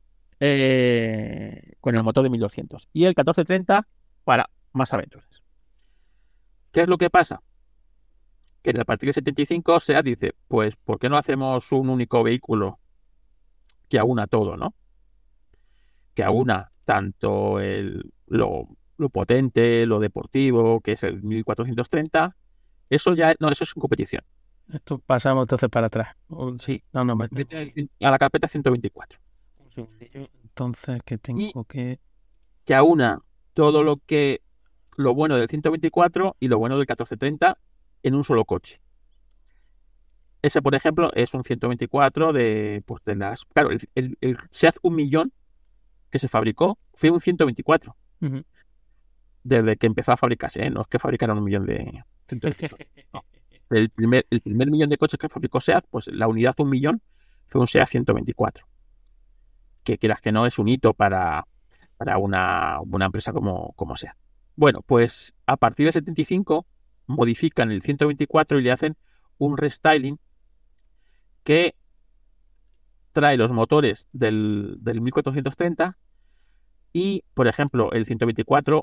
eh, con el motor de mil doscientos y el catorce treinta para más aventuras. ¿Qué es lo que pasa? Que a partir del setenta y cinco SEAT dice, pues, ¿por qué no hacemos un único vehículo que aúna todo, ¿no? Que aúna tanto el, lo, lo potente, lo deportivo, que es el mil cuatrocientos treinta, eso ya, no, eso es en competición. Esto pasamos entonces para atrás. Un- Sí. No, no, me- Vete a la carpeta ciento veinticuatro. un segundillo. Entonces, que tengo que... Que aúna todo lo que, lo bueno del ciento veinticuatro y lo bueno del catorce treinta en un solo coche. ese, por ejemplo, es un ciento veinticuatro de, pues de las... Claro, el, el, el SEAT un millón que se fabricó fue un ciento veinticuatro. Ujú. Desde que empezó a fabricarse, ¿eh? No es que fabricaran un millón de... ciento veinticuatro. No. El primer, el primer millón de coches que fabricó SEAT, pues la unidad un millón fue un SEAT ciento veinticuatro. Que quieras que no, es un hito para, para una, una empresa como, como SEAT. Bueno, pues a partir del setenta y cinco modifican el ciento veinticuatro y le hacen un restyling que trae los motores del, del mil cuatrocientos treinta y, por ejemplo, el ciento veinticuatro,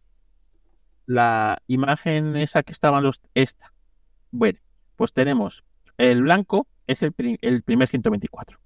la imagen esa que estaban los... Esta. Bueno, pues tenemos el blanco, es el, pri- el primer ciento veinticuatro.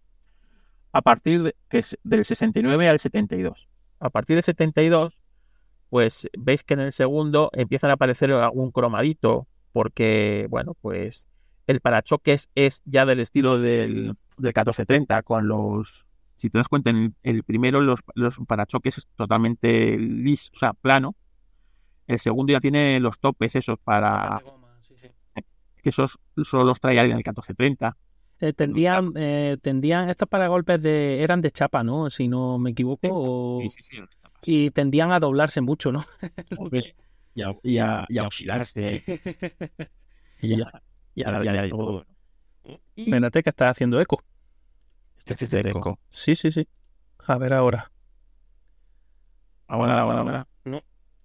A partir de, que es del sesenta y nueve al setenta y dos. A partir del setenta y dos, pues veis que en el segundo empiezan a aparecer algún cromadito, porque, bueno, pues el parachoques es ya del estilo del, del catorce treinta, con los... Si te das cuenta, en el, el primero los, los parachoques es totalmente liso, o sea, plano. El segundo ya tiene los topes esos para... que esos solo los traía en el catorce treinta. Eh, tendían, eh, tendían, estos paragolpes de, eran de chapa, ¿no? Si no me equivoco. O... Sí, sí, sí. Y tendían a doblarse mucho, ¿no? Y a, y a, y a oxidarse. Y a, y a, y a, y a todo. Y Espérate que estás haciendo eco. este es el eco. Sí, sí, sí. A ver ahora. Ahora, ahora, ahora. No.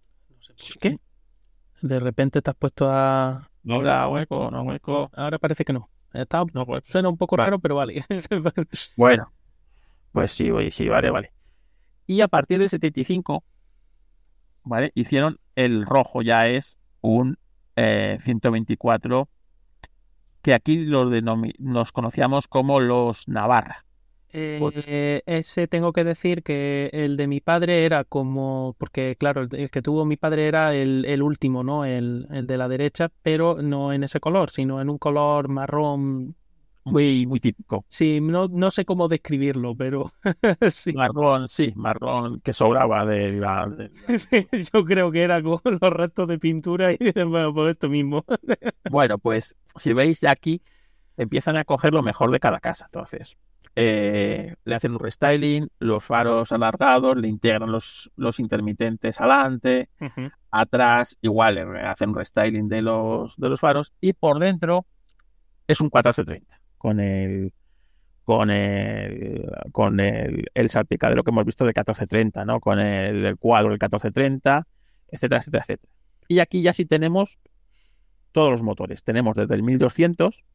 ¿Qué? De repente te has puesto a... No habrá hueco, no hueco. Ahora parece que no. Está... No, pues. Suena un poco Vale. raro, pero vale. Bueno, pues sí, oye, sí, vale, vale. Y a partir del setenta y cinco, ¿vale? Hicieron el rojo, ya es un eh, ciento veinticuatro, que aquí los denomi- nos conocíamos como los Navarra. Eh, ese tengo que decir que el de mi padre era como, porque claro, el, el que tuvo mi padre era el, el último, ¿no? El, el de la derecha, pero no en ese color, sino en un color marrón. Muy, muy típico. Sí, no, no sé cómo describirlo, pero sí. Marrón, sí, marrón que sobraba de la... de la- Sí, yo creo que era con los restos de pintura y bueno, por esto mismo. Bueno, pues si veis ya aquí, empiezan a coger lo mejor de cada casa. Entonces, eh, le hacen un restyling, los faros alargados, le integran los, los intermitentes adelante, Ujú. atrás igual le hacen un restyling de los, de los faros, y por dentro es un catorce treinta con el con el con el, el salpicadero que hemos visto de catorce treinta, ¿no? Con el, el cuadro del catorce treinta, etcétera, etcétera, etcétera. Y aquí ya sí tenemos todos los motores. Tenemos desde el mil doscientos,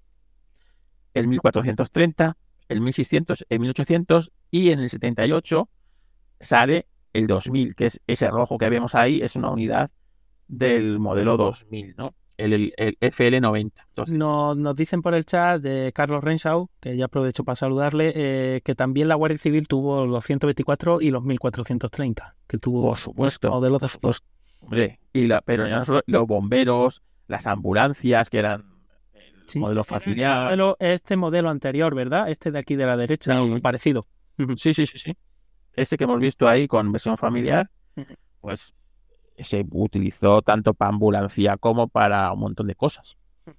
el mil cuatrocientos treinta, el mil seiscientos, el mil ochocientos, y en el setenta y ocho sale el dos mil, que es ese rojo que vemos ahí, es una unidad del modelo dos mil, ¿no? El, el, el F L noventa. Entonces, Nos, nos dicen por el chat de Carlos Renshaw, que ya aprovecho para saludarle, eh, que también la Guardia Civil tuvo los ciento veinticuatro y los mil cuatrocientos treinta, que tuvo por supuesto, modelos de por supuesto, hombre, y la, pero ya no solo los bomberos, las ambulancias, que eran el Sí. modelo familiar. modelo, este modelo anterior, ¿verdad? Este de aquí de la derecha, Sí. parecido. Sí, sí, sí, sí. Ese que hemos visto ahí con versión familiar, pues se utilizó tanto para ambulancia como para un montón de cosas.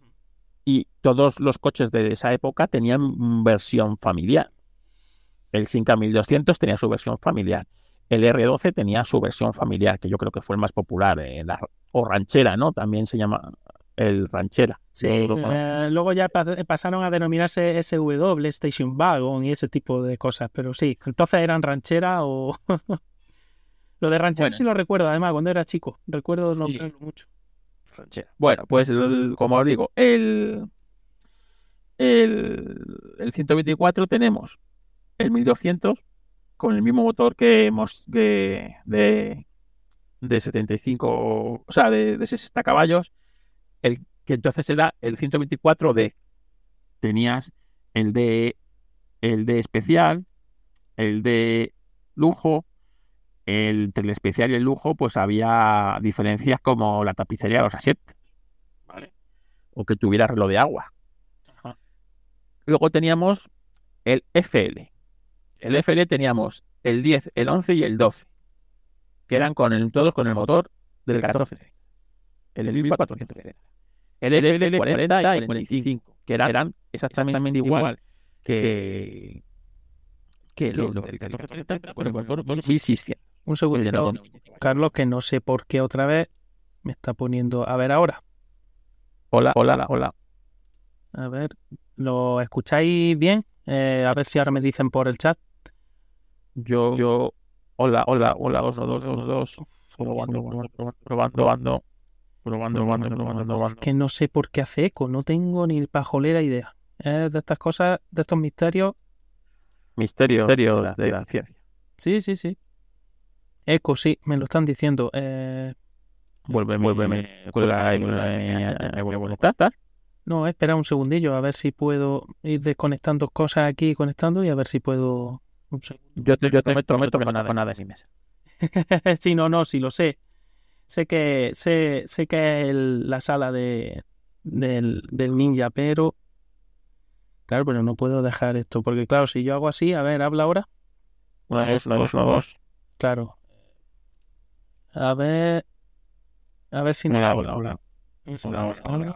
Y todos los coches de esa época tenían versión familiar. El Simca mil doscientos tenía su versión familiar. El R doce tenía su versión familiar, que yo creo que fue el más popular. Eh, la, o ranchera, ¿no? También se llama el ranchera. Sí, Luego, eh, luego ya pas- pasaron a denominarse S W, Station Wagon y ese tipo de cosas, pero sí, entonces eran ranchera o... Lo de ranchera Bueno. sí lo recuerdo, además, cuando era chico, recuerdo Sí. nombrarlo mucho. ranchera. Bueno, pues el- como os digo, el, el, el ciento veinticuatro tenemos el mil doscientos con el mismo motor que hemos de, de, de setenta y cinco, o sea, de, de sesenta caballos, el que entonces era el ciento veinticuatro D. Tenías el de el de especial, el de lujo. El, entre el especial y el lujo, pues había diferencias como la tapicería de los asientos, ¿vale? O que tuviera reloj de agua. Ajá. Luego teníamos el F L. El F L teníamos el diez, el once y el doce, que eran con el, todos con el motor del catorce. El mil cuatrocientos treinta. El F L cuarenta y el cuarenta y cinco. que eran, eran exactamente igual que, que los del catorce treinta con el motor mil seiscientos. Un segundo, Carlos, que no sé por qué otra vez me está poniendo... A ver ahora. Hola, hola, hola. A ver, ¿lo escucháis bien? Eh, a ver si ahora me dicen por el chat. Yo, yo, hola, hola, hola, dos, dos, dos, dos. Probando, probando, probando, probando, probando, probando, probando, probando. Que no sé por qué hace eco, no tengo ni pajolera idea. Es de estas cosas, de estos misterios. Misterio, misterio de la ciencia. Sí, sí, sí. Eco, sí, me lo están diciendo. Eh... Vuélveme, vuélveme, cuelga, me voy a conectar. No, espera un segundillo, a ver si puedo ir desconectando cosas aquí, conectando y a ver si puedo... Yo te, yo te meto, meto con nada, con nada sin mesa. Sí, no, no, sí lo sé. Sé que sé, sé que es el- la sala de del, del ninja, pero claro, pero no puedo dejar esto, porque claro, si yo hago así, a ver, habla ahora. Una, dos, una, dos, una, dos. Claro. A ver, a ver si no. Hola, hola, hola. Hola, hola, hola.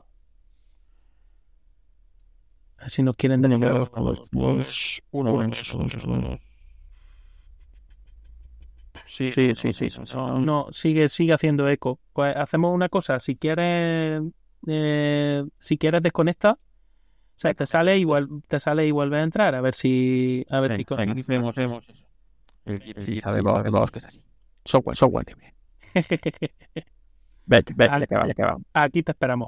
A ver si nos quieren Una, dedicar. dos, una, dos, dos. Uno, uno, dos, dos, dos, dos. Sí, sí, sí, sí, son... No, sigue, sigue haciendo eco. Pues hacemos una cosa, si quieres, eh, si quieres desconecta, o sea, te sale y vuel- te sale y vuelve a entrar, a ver si, a ver si Venga, venga, hacemos, hacemos eso. Sí, sabemos, sabemos que es así. Software, software libre. Vete, vete, ya que va, ya que va. Aquí te esperamos.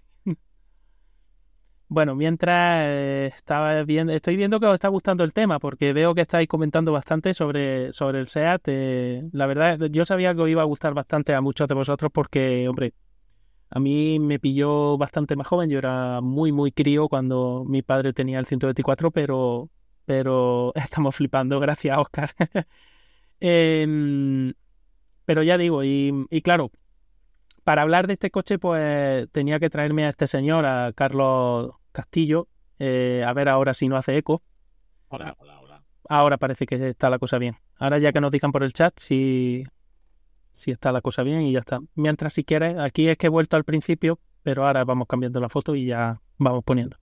Bueno, mientras eh, estaba viendo, estoy viendo que os está gustando el tema, porque veo que estáis comentando bastante sobre, sobre el SEAT. Eh, la verdad, yo sabía que os iba a gustar bastante a muchos de vosotros porque, hombre, a mí me pilló bastante más joven. Yo era muy, muy crío cuando mi padre tenía el ciento veinticuatro, pero, pero estamos flipando, gracias, Oscar. Em, pero ya digo, y, y claro, para hablar de este coche, pues tenía que traerme a este señor, a Carlos Castillo, eh, a ver ahora si no hace eco. Hola, hola, hola. Ahora parece que está la cosa bien. Ahora ya que nos digan por el chat si, si está la cosa bien y ya está. Mientras, si quieres, aquí es que he vuelto al principio, pero ahora vamos cambiando la foto y ya vamos poniendo.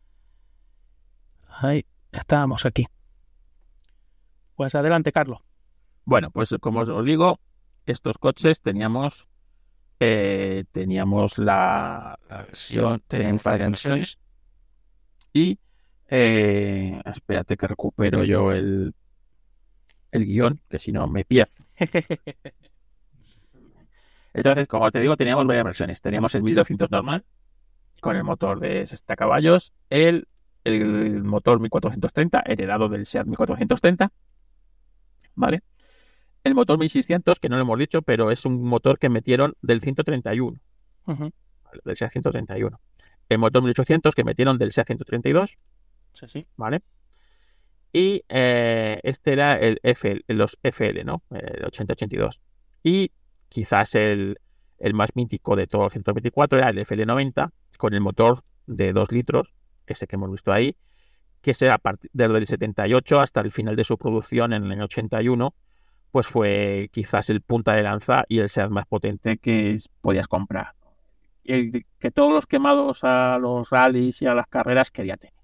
Ahí estábamos aquí. Pues adelante, Carlos. Bueno, pues como os digo, estos coches teníamos eh, teníamos la, la versión, teníamos varias versiones y eh, espérate que recupero yo el, el guión, que si no me pierdo. Entonces, como te digo, teníamos varias versiones. Teníamos el mil doscientos normal, con el motor de sesenta caballos, el, el motor mil cuatrocientos treinta, heredado del SEAT mil cuatrocientos treinta, ¿vale? El motor mil seiscientos, que no lo hemos dicho, pero es un motor que metieron del ciento treinta y uno, Uh-huh. ¿vale? Del SEAT ciento treinta y uno. El motor mil ochocientos, que metieron del SEAT ciento treinta y dos, Sí, sí. ¿vale? Y eh, este era el F L, los F L, ¿no? El ochenta ochenta y dos. Y quizás el, el más mítico de todos los ciento veinticuatro era el F L noventa, con el motor de dos litros, ese que hemos visto ahí, que se, a partir desde el setenta y ocho hasta el final de su producción en el año ochenta y uno, pues fue quizás el punta de lanza y el SEAT más potente que podías comprar. Y el que todos los quemados a los rallies y a las carreras querían tener.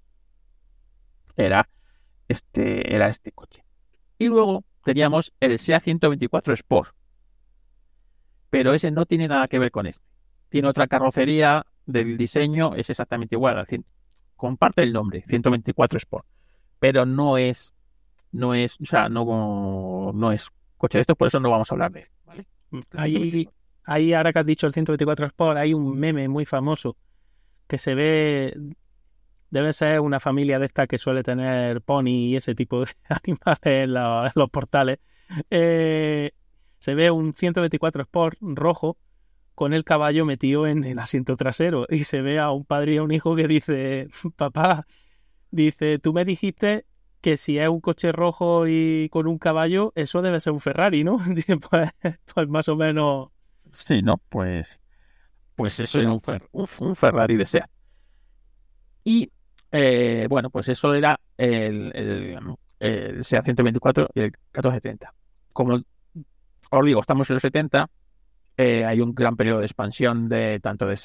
Era este, era este coche. Y luego teníamos el SEAT ciento veinticuatro Sport. Pero ese no tiene nada que ver con este. Tiene otra carrocería del diseño, es exactamente igual. Comparte el nombre, ciento veinticuatro Sport. Pero no es, no es, o sea, no, no es coche de estos, por eso no vamos a hablar de él, ¿vale? Ahí, ahí, ahora que has dicho el ciento veinticuatro Sport, hay un meme muy famoso que se ve, debe ser una familia de esta que suele tener pony y ese tipo de animales en, la, en los portales. Eh, se ve un ciento veinticuatro Sport rojo con el caballo metido en el asiento trasero y se ve a un padre y a un hijo que dice, papá, dice, tú me dijiste que si es un coche rojo y con un caballo, eso debe ser un Ferrari, ¿no? Pues, pues más o menos. Sí, no, pues, pues eso era un, fer, un, un Ferrari de SEAT. Y eh, bueno, pues eso era el, el, el SEAT ciento veinticuatro y el catorce treinta. Como os digo, estamos en los setenta, eh, hay un gran periodo de expansión de tanto de SEAT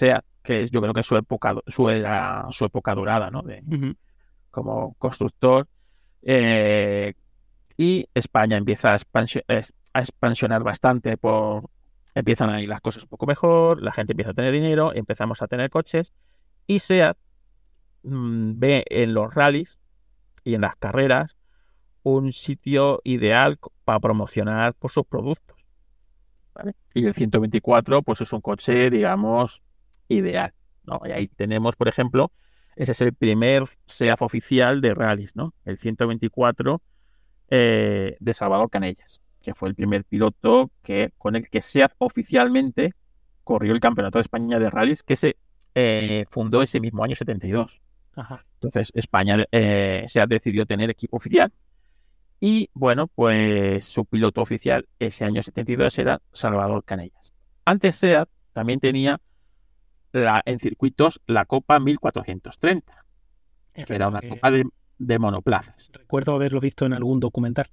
que yo creo que es su época, su, era, su época dorada, ¿no? De, Uh-huh. como constructor. Eh, y España empieza a, expansio- a expansionar bastante, por empiezan a ir las cosas un poco mejor, la gente empieza a tener dinero, empezamos a tener coches, y SEAT mmm, ve en los rallies y en las carreras un sitio ideal para promocionar por sus productos, ¿vale? Y el ciento veinticuatro pues es un coche, digamos, ideal, ¿no? Y ahí tenemos, por ejemplo, ese es el primer SEAT oficial de rallies, ¿no? El ciento veinticuatro eh, de Salvador Canellas, que fue el primer piloto que, con el que SEAT oficialmente corrió el Campeonato de España de Rallys, que se eh, fundó ese mismo año setenta y dos. Ajá. Entonces España eh, SEAT decidió tener equipo oficial y bueno, pues su piloto oficial ese año setenta y dos era Salvador Canellas. Antes SEAT también tenía la, en circuitos la Copa mil cuatrocientos treinta, que era una Eh, copa de, de monoplazas. Recuerdo haberlo visto en algún documental.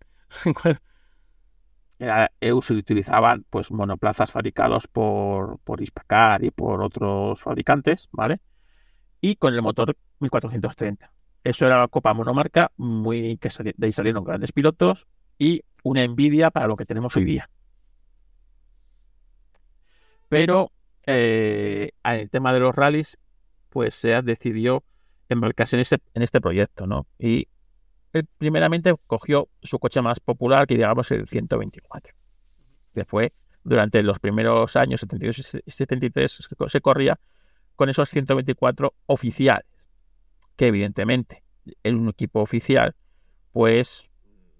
Era, se utilizaban pues monoplazas fabricados por, por Hispacar y por otros fabricantes, ¿vale? Y con el motor mil cuatrocientos treinta. Eso era la copa monomarca, muy que sali- de ahí salieron grandes pilotos y una envidia para lo que tenemos hoy día. Pero eh, en el tema de los rallies, pues SEAT decidió embarcarse en, ese, en este proyecto, ¿no? Y él primeramente cogió su coche más popular, que digamos el ciento veinticuatro, que fue durante los primeros años setenta y dos y setenta y tres se corría con esos ciento veinticuatro oficiales, que evidentemente en un equipo oficial pues,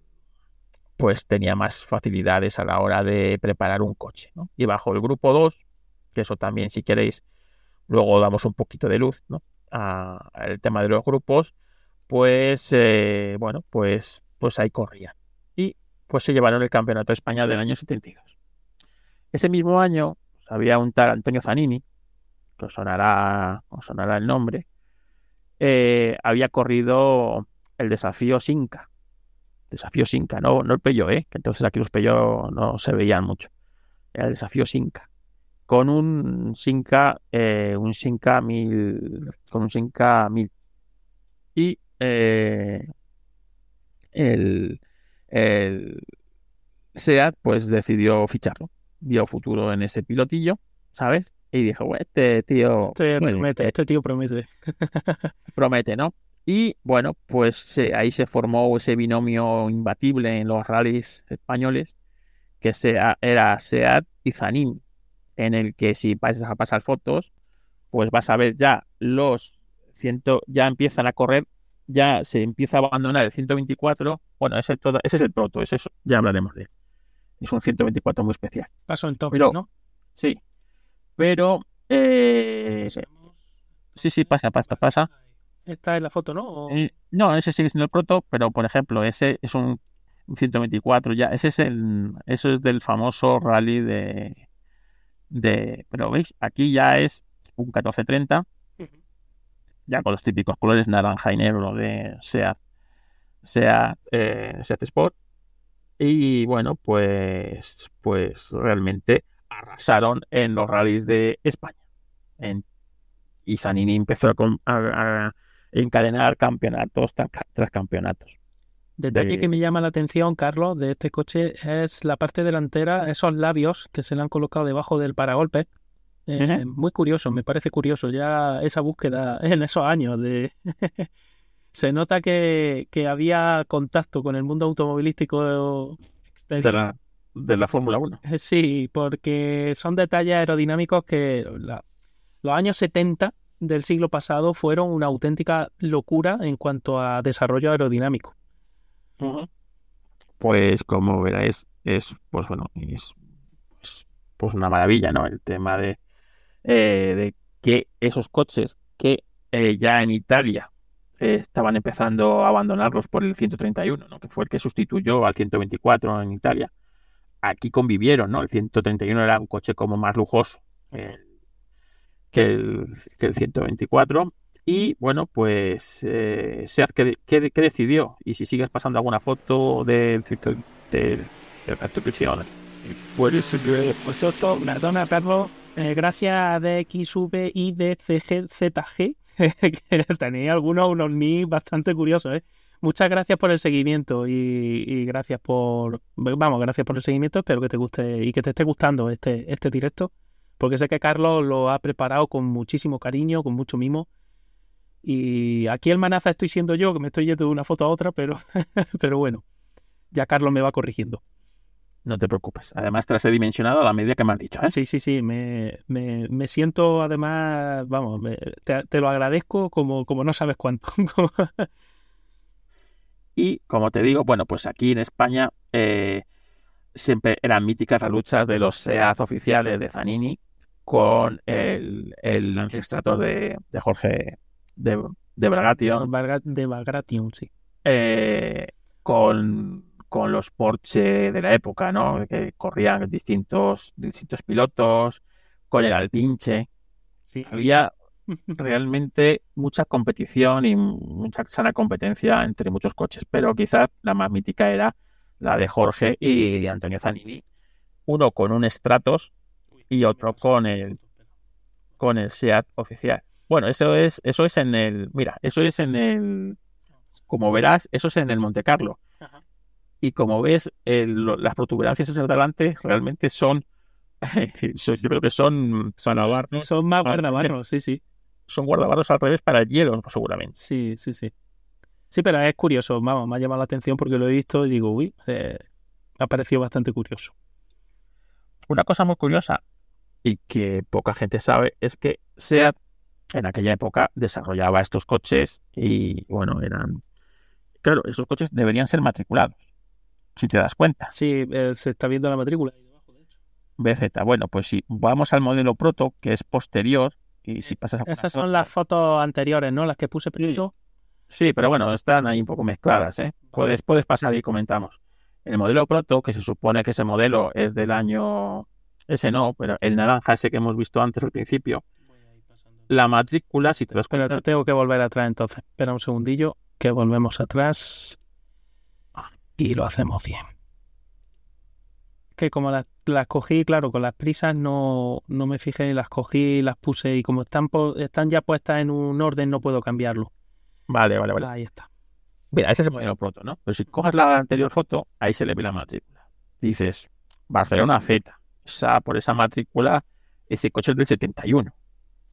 pues tenía más facilidades a la hora de preparar un coche, ¿no? Y bajo el grupo dos, que eso también si queréis luego damos un poquito de luz, ¿no? a, a el tema de los grupos, pues eh, bueno, pues, pues ahí corrían. Y pues se llevaron el Campeonato de España del año setenta y dos. Ese mismo año pues, había un tal Antonio Zanini, que os sonará, os sonará el nombre, eh, había corrido el desafío Sinca. Desafío Sinca, no, no el Peugeot, ¿eh? Que entonces aquí los Peugeot no se veían mucho. Era el desafío Sinca. Con un Sinca, eh, un Sinca mil, con un Sinca mil. Y eh, el, el SEAT pues decidió ficharlo. Vio futuro en ese pilotillo, ¿sabes? Y dijo, bueno, este tío Este bueno, promete, eh, este tío promete. promete, ¿no? Y bueno, pues se, ahí se formó ese binomio imbatible en los rallies españoles, que sea, era SEAT y Zanini, en el que si pasas a pasar fotos, pues vas a ver ya los ciento, ya empiezan a correr, ya se empieza a abandonar el ciento veinticuatro. Bueno, ese, todo, ese es el proto, ese es, ya hablaremos de él. Es un ciento veinticuatro muy especial. Paso en Tokio, Pero, ¿no? sí, pero eh, sí, sí, pasa, pasa, pasa. Esta es la foto, ¿no? O... Eh, no, ese sigue siendo el proto, pero por ejemplo, ese es un, un ciento veinticuatro, ya, ese es el, eso es del famoso rally de, de, pero veis, aquí ya es un catorce treinta, ya con los típicos colores naranja y negro de SEAT, SEAT, eh, SEAT Sport, y bueno, pues, pues realmente arrasaron en los rallies de España. En, y Zanini empezó a, a, a encadenar campeonatos tras, tras campeonatos. Detalle de... que me llama la atención, Carlos, de este coche es la parte delantera, esos labios que se le han colocado debajo del paragolpes. Eh, Uh-huh. Muy curioso, me parece curioso ya esa búsqueda en esos años de... Se nota que, que había contacto con el mundo automovilístico exterior. De la, de la Fórmula uno. Sí, porque son detalles aerodinámicos que la, los años setenta del siglo pasado fueron una auténtica locura en cuanto a desarrollo aerodinámico. Uh-huh. Pues como veréis, es pues bueno, es pues, pues una maravilla, ¿no? El tema de, eh, de que esos coches que eh, ya en Italia eh, estaban empezando a abandonarlos por el ciento treinta y uno, ¿no? Que fue el que sustituyó al ciento veinticuatro en Italia. Aquí convivieron, ¿no? El ciento treinta y uno era un coche como más lujoso eh, que, el, que el ciento veinticuatro. Y bueno, pues eh, SEAT que, que, que decidió, y si sigues pasando alguna foto del circuito de la competición, Pues esto, perdona, Carlos, Eh, gracias a D X V I D C G Z G, que tenéis algunos unos nicks bastante curiosos, ¿eh? Muchas gracias por el seguimiento y, y gracias por, vamos, gracias por el seguimiento. Espero que te guste y que te esté gustando este, este directo, porque sé que Carlos lo ha preparado con muchísimo cariño, con mucho mimo. Y aquí el manaza estoy siendo yo, que me estoy yendo de una foto a otra, pero, pero bueno, ya Carlos me va corrigiendo. No te preocupes. Además, te las he dimensionado a la medida que me has dicho, ¿eh? Sí, sí, sí, me, me, me siento además, vamos, me- te, te lo agradezco como, como no sabes cuánto. Y como te digo, bueno, pues aquí en España eh, siempre eran míticas las luchas de los SEAT oficiales de Zanini con el, el Lancia Stratos de, de Jorge de, de Bagration, Varga- De Bagration, sí. eh, con, con los Porsche de la época, ¿no? Que corrían distintos, distintos pilotos, con el Alpinche. Sí. Había realmente mucha competición y mucha sana competencia entre muchos coches, pero quizás la más mítica era la de Jorge y de Antonio Zanini, uno con un Stratos y otro con el con el SEAT oficial. Bueno, eso es eso es en el, mira, eso es en el, como verás, eso es en el Monte Carlo. Ajá. Y como ves, el- las protuberancias hacia adelante realmente son, son- yo creo que son sanabarros, Son más guardabarros, sí, sí. son guardabarros al revés para el hielo, seguramente. Sí, sí, sí. Sí, pero es curioso, vamos, me ha llamado la atención porque lo he visto y digo, uy, eh, me ha parecido bastante curioso. Una cosa muy curiosa y que poca gente sabe es que SEAT en aquella época desarrollaba estos coches y, bueno, eran... Claro, esos coches deberían ser matriculados, si te das cuenta. Sí, eh, se está viendo la matrícula ahí debajo, de hecho. B Z. Bueno, pues si vamos al modelo proto, que es posterior, y si pasas a... Esas son las fotos anteriores, ¿no? Las que puse primero. Sí, pero bueno, están ahí un poco mezcladas, ¿eh? Puedes, puedes pasar y comentamos. El modelo proto, que se supone que ese modelo es del año... Ese no, pero el naranja, ese que hemos visto antes al principio, la matrícula, si te das Espera, cuenta... tengo que volver atrás entonces. Espera un segundillo, que volvemos atrás y lo hacemos bien. Que como las, las cogí, claro, con las prisas no, no me fijé, las cogí, las puse y como están, po- están ya puestas en un orden no puedo cambiarlo. Vale, vale, vale. Ahí está. Mira, ese es el modelo proto, ¿no? Pero si coges la anterior foto, ahí se le ve la matrícula. Dices, Barcelona Z. Esa, por esa matrícula, ese coche es del setenta y uno.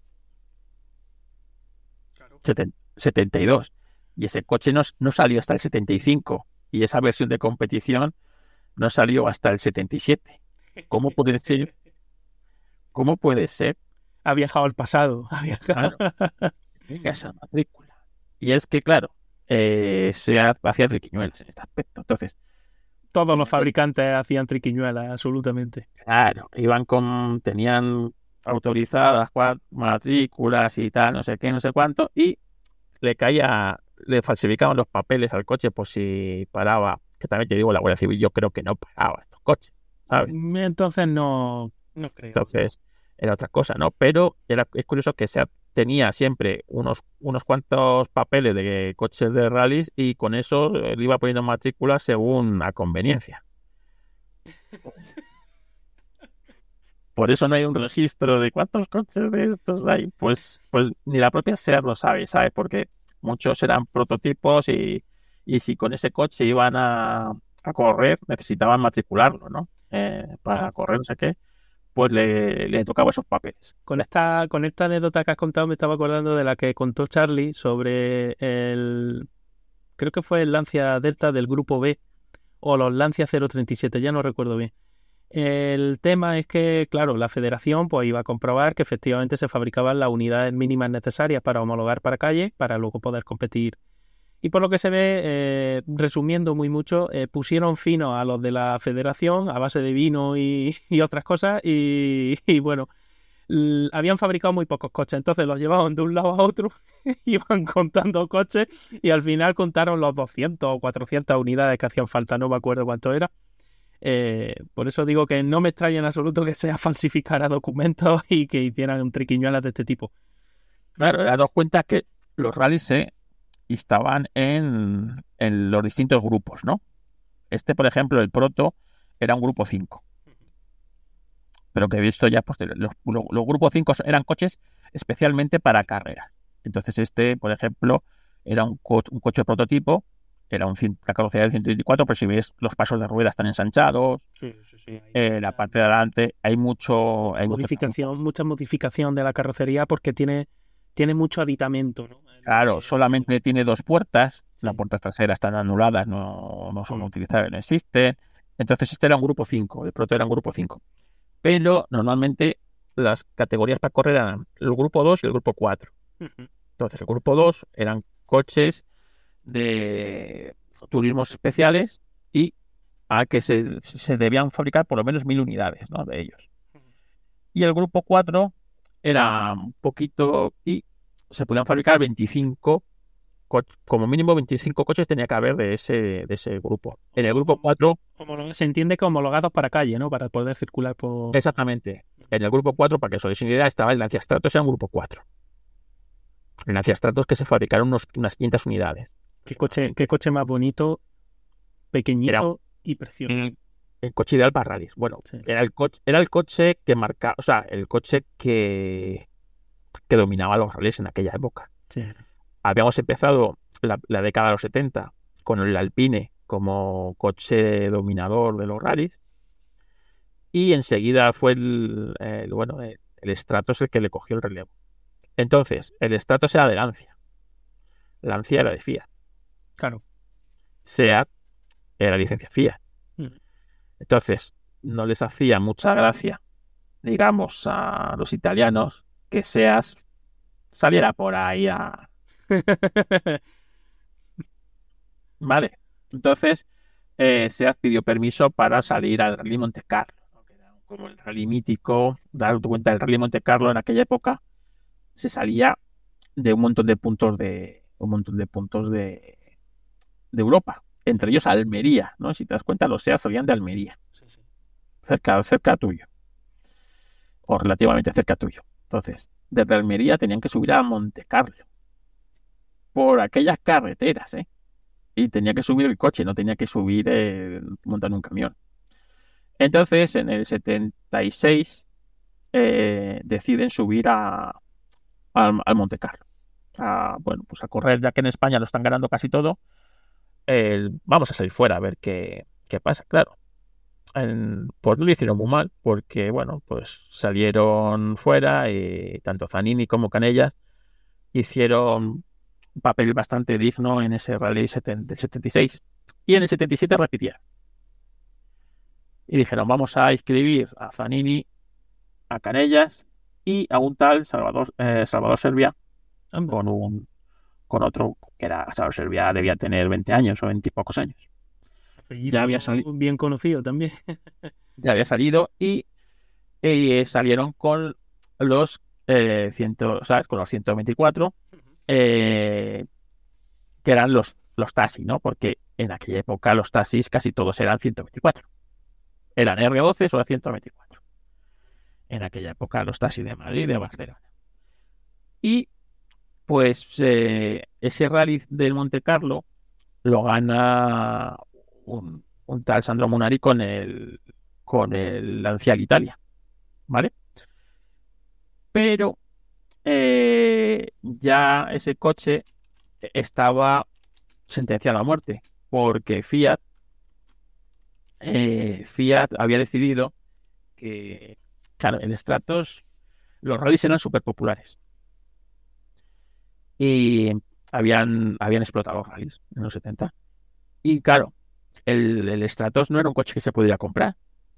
Seten- setenta y dos. Y ese coche no, no salió hasta el setenta y cinco. Y esa versión de competición no salió hasta el setenta y siete. ¿Cómo puede ser? ¿Cómo puede ser? Ha viajado al pasado. Ha viajado. Claro, venga esa matrícula. Y es que, claro, eh, se ha- hacía triquiñuelas en este aspecto. Entonces, Todos los fabricantes hacían triquiñuelas, absolutamente. claro, iban con, tenían autorizadas cua- matrículas y tal, no sé qué, no sé cuánto, y le caía, le falsificaban los papeles al coche por si paraba, que también te digo, la Guardia Civil yo creo que no paraba estos coches, ¿sabes? Entonces no, no creo. Entonces era otra cosa, ¿no? Pero era, es curioso que se tenía siempre unos, unos cuantos papeles de coches de rallies y con eso eh, le iba poniendo matrículas según a conveniencia. Por eso no hay un registro de cuántos coches de estos hay. Pues, pues ni la propia SEAT lo sabe, ¿sabes? Porque muchos eran prototipos y, y si con ese coche iban a, a correr, necesitaban matricularlo, ¿no? Eh, para correr, no sé qué, pues le, le tocaba esos papeles. Con esta, con esta anécdota que has contado me estaba acordando de la que contó Charlie sobre el... Creo que fue el Lancia Delta del Grupo B o los Lancia cero treinta y siete, ya no recuerdo bien. El tema es que, claro, la federación pues iba a comprobar que efectivamente se fabricaban las unidades mínimas necesarias para homologar para calle, para luego poder competir. Y por lo que se ve, eh, resumiendo muy mucho, eh, pusieron fino a los de la federación a base de vino y, y otras cosas y, y bueno, l- habían fabricado muy pocos coches, entonces los llevaban de un lado a otro, iban contando coches y al final contaron los doscientas o cuatrocientas unidades que hacían falta, no me acuerdo cuánto era. Eh, por eso digo que no me extraña en absoluto que sea falsificar documentos y que hicieran triquiñuelas de este tipo. Claro, te das cuenta que los rallies se estaban en, en los distintos grupos, ¿no? Este, por ejemplo, el Proto era un grupo cinco. pero que he visto ya, pues los, los, los grupos cinco eran coches especialmente para carreras. Entonces este, por ejemplo, era un, co un coche prototipo, era un, la carrocería del ciento veinticuatro, pero si ves los pasos de ruedas están ensanchados, Sí, sí, sí. eh, la parte de adelante hay mucho... Hay modificación, mucho... mucha modificación de la carrocería porque tiene, tiene mucho aditamento, ¿no? Claro, solamente tiene dos puertas, las puertas traseras están anuladas, no, no son Mm. utilizables, no existen. Entonces este era un grupo cinco, el proto era un grupo cinco. Pero normalmente las categorías para correr eran el grupo dos y el grupo cuatro. Uh-huh. Entonces el grupo dos eran coches de turismos especiales y a que se, se debían fabricar por lo menos mil unidades, ¿no?, de ellos. Y el grupo cuatro era un poquito y se podían fabricar veinticinco, como mínimo veinticinco coches tenía que haber de ese, de ese grupo. En el grupo cuatro... Como se entiende que homologados para calle, ¿no? Para poder circular por... Exactamente. En el grupo cuatro, para que os hagáis una idea, estaba el Lancia Stratos, era un grupo cuatro. El Lancia Stratos que se fabricaron unos, unas quinientas unidades. ¿Qué coche, qué coche más bonito, pequeñito era, y precioso? El, el coche ideal para rallies. Bueno, sí. era, el coche, era el coche que marcaba, o sea, el coche que, que dominaba los rallies en aquella época. Sí. Habíamos empezado la, la década de los setenta con el Alpine como coche dominador de los rallies y enseguida fue el, el bueno el, el Stratos el que le cogió el relevo. Entonces, el Stratos era de Lancia. Lancia era de Fiat. Claro. Seat era licencia Fiat. Mm. Entonces, no les hacía mucha gracia, digamos, a los italianos que Seat saliera por ahí a... Vale. Entonces, eh, Seat pidió permiso para salir al Rally Monte Carlo, ¿no?, que era como el rally mítico. Dar cuenta, el Rally Monte Carlo en aquella época se salía de un montón de puntos de un montón de puntos de, de Europa, entre ellos Almería, ¿no? Si te das cuenta, los Seat salían de Almería, sí, sí. cerca, cerca tuyo, o relativamente cerca tuyo. Entonces, desde Almería tenían que subir a Monte Carlo por aquellas carreteras, ¿eh? Y tenía que subir el coche, no tenía que subir eh, montar un camión. Entonces, en el setenta y seis eh, deciden subir a, a, al Monte Carlo. A, bueno, pues a correr, ya que en España lo están ganando casi todo. Eh, vamos a salir fuera a ver qué, qué pasa. Claro, en, pues no lo hicieron muy mal, porque bueno, pues salieron fuera y tanto Zanini como Canellas hicieron un papel bastante digno en ese rally del setenta y seis, y en el setenta y siete repitieron y dijeron: vamos a inscribir a Zanini, a Canellas y a un tal Salvador, eh, Salvador Servià, con un con otro que era Salvador Servià, debía tener veinte años o veinte y pocos años. Apellido ya había salido bien conocido también. ya había salido y, y salieron con los eh, cien, ¿sabes? Con los ciento veinticuatro, eh, que eran los, los taxis, ¿no? Porque en aquella época los taxis casi todos eran ciento veinticuatro. Eran R doce o ciento veinticuatro. En aquella época los taxis de Madrid y de Barcelona. Y pues eh, ese rally del Monte Carlo lo gana un, un tal Sandro Munari con el con el Lancia Italia, ¿vale? Pero eh, ya ese coche estaba sentenciado a muerte porque Fiat eh, Fiat había decidido que, claro, en Stratos los rallies eran súper populares y habían, habían explotado los rallies en los setenta. Y claro, el, el Stratos no era un coche que se pudiera comprar.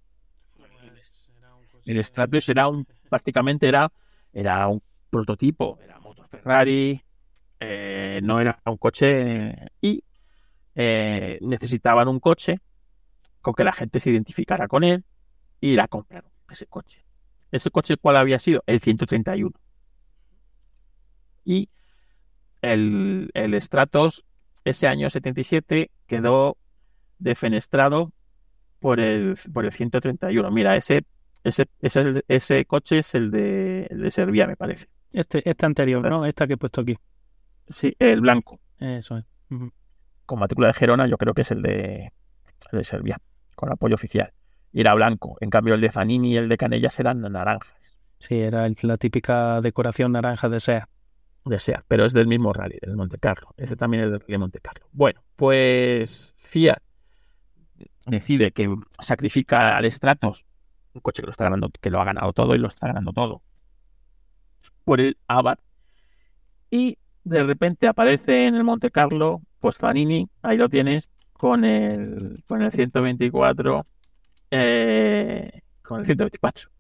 El Stratos era un, prácticamente era, era un prototipo, era motor Ferrari, eh, no era un coche, y eh, necesitaban un coche con que la gente se identificara con él y la compraron, ese coche. ¿Ese coche cuál había sido? El ciento treinta y uno. Y el, el Stratos ese año setenta y siete quedó defenestrado por el, por el ciento treinta y uno. Mira, ese, ese, ese, ese coche es el de, el de Servià, me parece. Este, este anterior, ¿no? Esta que he puesto aquí. Sí, el blanco. Eso es. Uh-huh. Con matrícula de Gerona, yo creo que es el de, el de Servià, con apoyo oficial. y era blanco. En cambio, el de Zanini y el de Canellas eran naranjas. Sí, era el- la típica decoración naranja de SEAT. De SEAT, pero es del mismo rally, del Monte Carlo. Ese también es del rally de Monte Carlo. Bueno, pues Fiat decide que sacrifica al Stratos, un coche que lo está ganando, que lo ha ganado todo y lo está ganando todo, por el Abarth. Y de repente aparece en el Monte Carlo, pues Zanini, ahí lo tienes, con el, con el ciento veinticuatro, eh, con el ciento veinticuatro.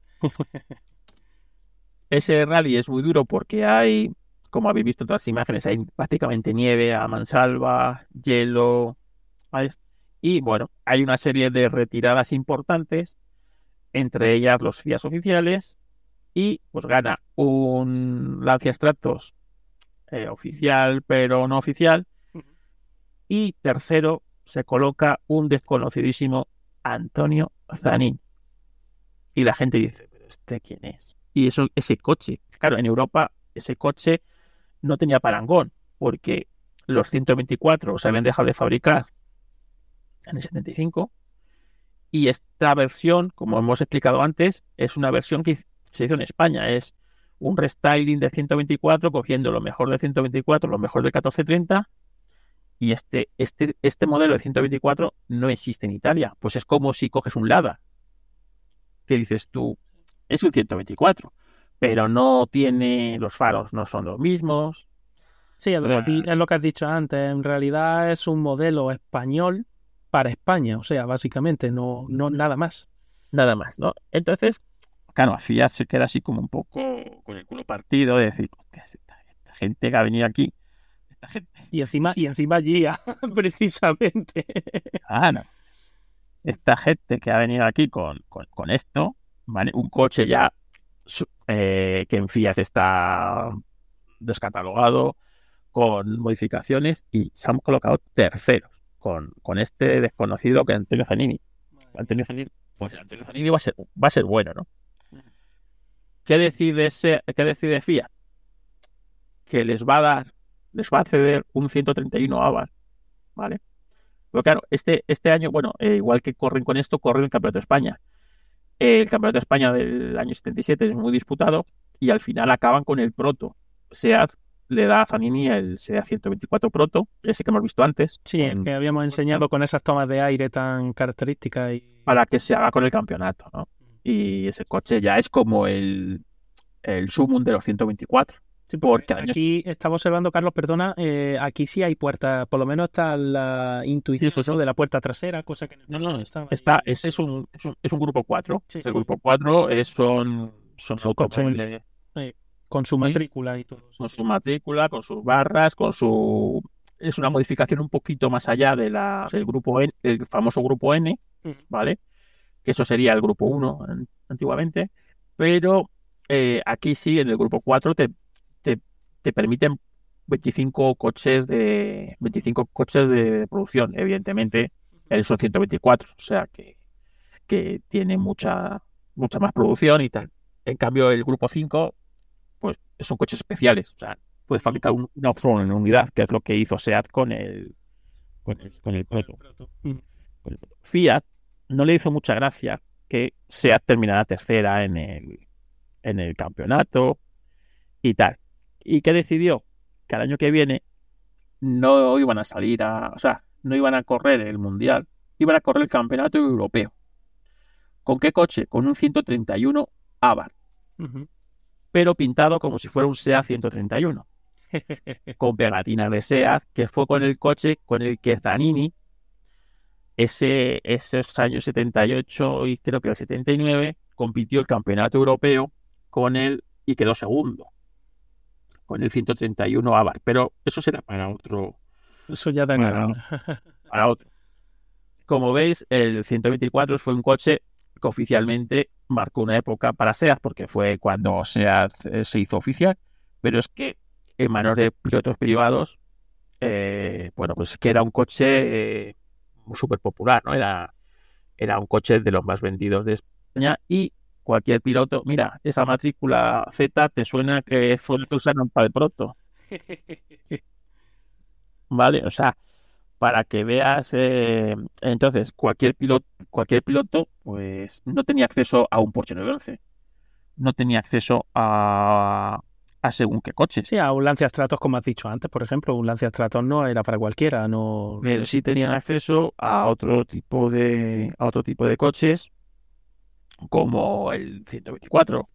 Ese rally es muy duro porque hay, como habéis visto en todas las imágenes, hay prácticamente nieve a mansalva, hielo, hay- y bueno, hay una serie de retiradas importantes, entre ellas los F I A oficiales, y pues gana un Lancia Stratos eh, oficial pero no oficial, y tercero se coloca un desconocidísimo Antonio Zanini. Y la gente dice, ¿pero este quién es? Y eso, ese coche, claro, en Europa ese coche no tenía parangón, porque los ciento veinticuatro se habían dejado de fabricar en el setenta y cinco, y esta versión, como hemos explicado antes, es una versión que se hizo en España, es un restyling de ciento veinticuatro, cogiendo lo mejor de ciento veinticuatro, lo mejor del catorce treinta, y este, este, este modelo de ciento veinticuatro no existe en Italia. Pues es como si coges un Lada, que dices tú, es un ciento veinticuatro, pero no tiene, los faros no son los mismos. Sí, es lo, que, di- es lo que has dicho antes. En realidad es un modelo español para España. O sea, básicamente, no, no nada más. Nada más, ¿no? Entonces, claro, a Fiat se queda así como un poco con el culo partido de decir, "Hostia, esta, esta gente que ha venido aquí, esta gente, Y encima, y encima Gia, precisamente. ah, no, esta gente que ha venido aquí con, con, con esto, ¿vale? Un coche ya su- eh, que en Fiat está descatalogado, con modificaciones, y se han colocado terceros con, con este desconocido que es Antonio Zanini. Antonio Zanini, pues Antonio Zanini va a ser, va a ser bueno, ¿no? ¿Qué decide, se- qué decide Fiat? Que les va a dar, les va a ceder un ciento treinta y uno Abarth, ¿vale? Pero claro, este, este año, bueno, eh, igual que corren con esto, corren el Campeonato de España. El Campeonato de España del año setenta y siete es muy disputado, y al final acaban con el Proto. SEAT le da a Zanini el SEAT ciento veinticuatro Proto, ese que hemos visto antes, Sí, en- que habíamos enseñado con esas tomas de aire tan características. Y... para que se haga con el campeonato, ¿no? Y ese coche ya es como el, el sumum de los ciento veinticuatro. Sí, porque porque aquí estaba observando, Carlos, perdona, eh, aquí sí hay puerta, por lo menos está la intuición, Sí, sí, sí. ¿no?, de la puerta trasera, cosa que en el No, no, estaba está, ahí. ese es un, es un, es un grupo cuatro. Sí, El sí. grupo cuatro es, son, son Son coches. automóviles Con su matrícula y todo. con su matrícula, con sus barras, con su... Es una modificación un poquito más allá de la, del grupo N, el famoso grupo N, Ujú. ¿vale? Que eso sería el grupo uno an- antiguamente, pero eh, aquí sí, en el grupo cuatro te, te, te permiten veinticinco coches de veinticinco coches de producción, evidentemente, él son ciento veinticuatro, o sea que, que tiene mucha, mucha más producción y tal. En cambio, el grupo cinco, pues son coches especiales, o sea, puedes fabricar un- una opción en unidad, que es lo que hizo SEAT con el con el, con el Proto. Ujú. Con el Proto. Fiat no le hizo mucha gracia que SEAT terminara tercera en el, en el campeonato y tal. ¿Y qué decidió? Que al año que viene no iban a salir a, o sea, no iban a correr el mundial, iban a correr el campeonato europeo. ¿Con qué coche? Con un ciento treinta y uno Abarth, Ujú. pero pintado como si fuera un SEAT ciento treinta y uno, con pegatinas de SEAT, que fue con el coche con el que Zanini, ese, esos años setenta y ocho y creo que el setenta y nueve, compitió el campeonato europeo con él y quedó segundo, con el ciento treinta y uno Abarth, pero eso será para otro, Eso ya da Bueno, nada. para otro. Como veis, el ciento veinticuatro fue un coche que oficialmente marcó una época para SEAT, porque fue cuando SEAT eh, se hizo oficial, pero es que en manos de pilotos privados, eh, bueno, pues que era un coche eh, súper popular, ¿no? Era, era un coche de los más vendidos de España, y cualquier piloto, mira, esa matrícula Z te suena que fue el que usaron para el Proto, ¿vale? O sea, para que veas, eh, entonces cualquier piloto, cualquier piloto, pues no tenía acceso a un Porsche nueve once, no tenía acceso a, a según qué coches, Sí, a un Lancia Stratos, como has dicho antes, por ejemplo, un Lancia Stratos no era para cualquiera, no. pero sí tenían acceso a otro tipo de, a otro tipo de coches, como el ciento veinticuatro,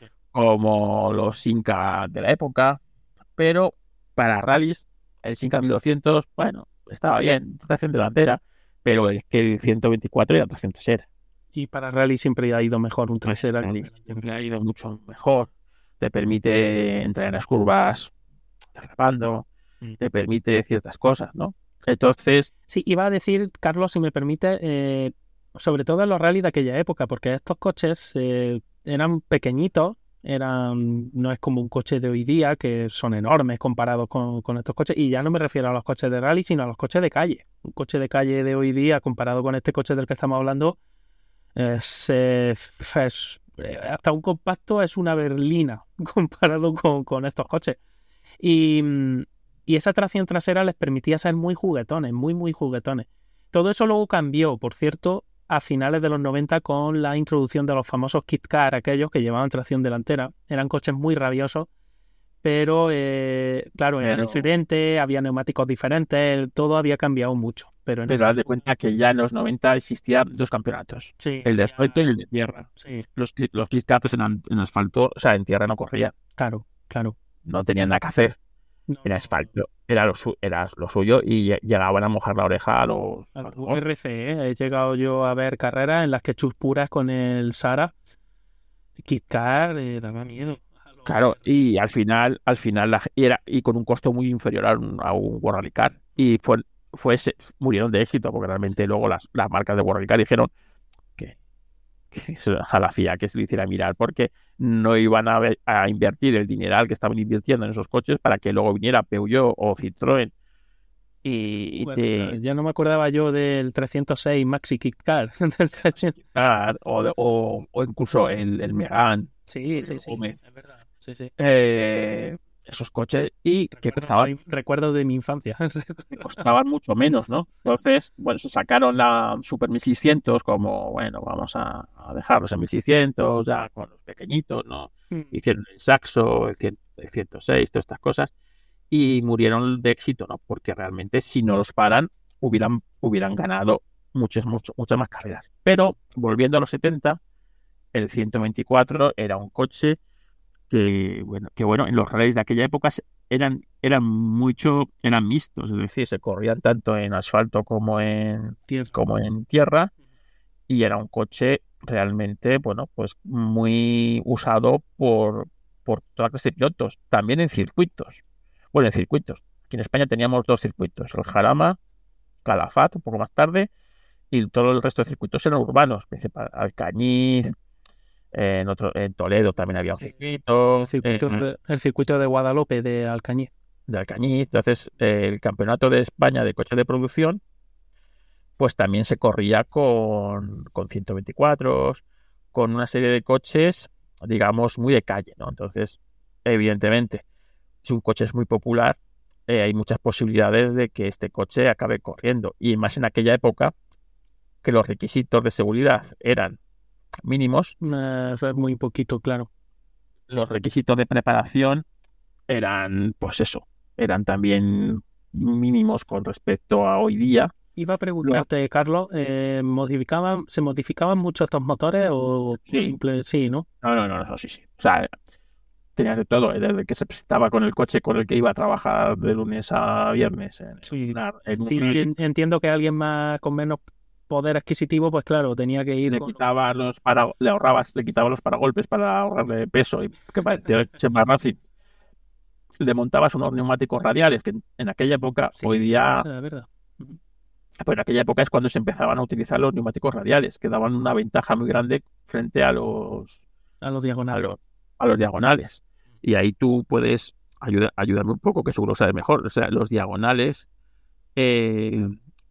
como los Simca de la época, pero para rallies, el Simca mil doscientos, bueno, estaba bien, tracción delantera, pero es que el ciento veinticuatro era tracción trasera. Y para rally siempre ha ido mejor un trasera. Rally siempre ha ido mucho mejor. Te permite entrar en las curvas derrapando, Mm. te permite ciertas cosas, ¿no? Entonces, Sí, iba a decir, Carlos, si me permite, eh, sobre todo en los rallies de aquella época, porque estos coches eh, eran pequeñitos, eran, no es como un coche de hoy día, que son enormes comparados con, con estos coches, y ya no me refiero a los coches de rally, sino a los coches de calle. Un coche de calle de hoy día, comparado con este coche del que estamos hablando, es, eh, es- eh, hasta un compacto es una berlina comparado con, con estos coches. Y, mm, y esa tracción trasera les permitía ser muy juguetones, muy, muy juguetones. Todo eso luego cambió, por cierto, a finales de los noventa con la introducción de los famosos Kit Car, aquellos que llevaban tracción delantera. Eran coches muy rabiosos, pero eh, claro, era Pero- diferente, había neumáticos diferentes, todo había cambiado mucho. Pero en pero ese- haz de cuenta que ya en los noventa existían dos campeonatos, sí, el de ya- asfalto y el de tierra. sí, Los, los Kit Kats en, en asfalto, o sea, en tierra no corrían, claro, claro. no tenían nada que hacer. No, En asfalto era lo, su- era lo suyo y lle- llegaban a mojar la oreja a los... a al los- U R C, ¿eh? He llegado yo a ver carreras en las que chus puras con el Sara. Kit Car eh, daba miedo. Claro, y al final, al final la, y era y con un costo muy inferior a un, a un World Rally Car. Y fue, fue ese- murieron de éxito, porque realmente luego las, las marcas de World Rally Car dijeron que, que eso a la F I A que se le hiciera mirar, porque no iban a, ver- a invertir el dineral que estaban invirtiendo en esos coches para que luego viniera Peugeot o Citroën y, y Bueno, te ya no me acordaba yo del trescientos seis Maxi Kit Car. Del trescientos car, o, de- o, o incluso el, el Megane, Sí, sí, sí. Gómez. Es verdad. Sí, sí. eh, esos coches y que costaban, Recuerdo de mi infancia. costaban mucho menos, ¿no? Entonces, bueno, se sacaron la Super mil seiscientos como, bueno, vamos a, a dejarlos en mil seiscientos, ya con los pequeñitos, ¿no? Hicieron el Saxo, el, cien, el ciento seis, todas estas cosas, y murieron de éxito, ¿no? Porque realmente si no los paran, hubieran, hubieran ganado muchas, muchas, muchas más carreras. Pero, volviendo a los setenta, el ciento veinticuatro era un coche que bueno, que bueno, en los rallies de aquella época se- eran, eran mucho, eran mixtos, es decir, se corrían tanto en asfalto como en, Tierra. como en tierra, y era un coche realmente, bueno, pues muy usado por, por toda clase de pilotos, también en circuitos. Bueno, en circuitos. Aquí en España teníamos dos circuitos, el Jarama, Calafat, un poco más tarde, y todo el resto de circuitos eran urbanos, principal, Alcañiz, eh, en, otro, en Toledo también había un circuito, El circuito, eh, de, el circuito de Guadalupe de Alcañiz. de Alcañiz. Entonces, eh, el Campeonato de España de coches de producción, pues también se corría con, con ciento veinticuatro, con una serie de coches, digamos, muy de calle, ¿no? Entonces, evidentemente, si un coche es muy popular, eh, hay muchas posibilidades de que este coche acabe corriendo. Y más en aquella época, que los requisitos de seguridad eran mínimos, Eh, eso es muy poquito, claro. los requisitos de preparación eran, pues eso, eran también mínimos con respecto a hoy día. Iba a preguntarte, Carlos, eh, ¿modificaban, ¿se modificaban mucho estos motores o Sí. simple- sí, ¿no? No, no, no, no, sí, sí. O sea, tenías de todo, ¿eh? Desde que se presentaba con el coche con el que iba a trabajar de lunes a viernes. En, Sí. una- en un Sí, rally, en- entiendo que alguien más con menos poder adquisitivo, pues claro, tenía que ir le con- quitabas los para, le ahorrabas, le quitabas los paragolpes para ahorrarle peso y que parecía el coche más fácil. Le montabas unos neumáticos radiales que en, en aquella época, Sí. hoy día, la verdad. pues en aquella época es cuando se empezaban a utilizar los neumáticos radiales, que daban una ventaja muy grande frente a los A los a diagonales. los, a los diagonales. Y ahí tú puedes ayudar, ayudarme un poco, que seguro sabes mejor. O sea, los diagonales eh,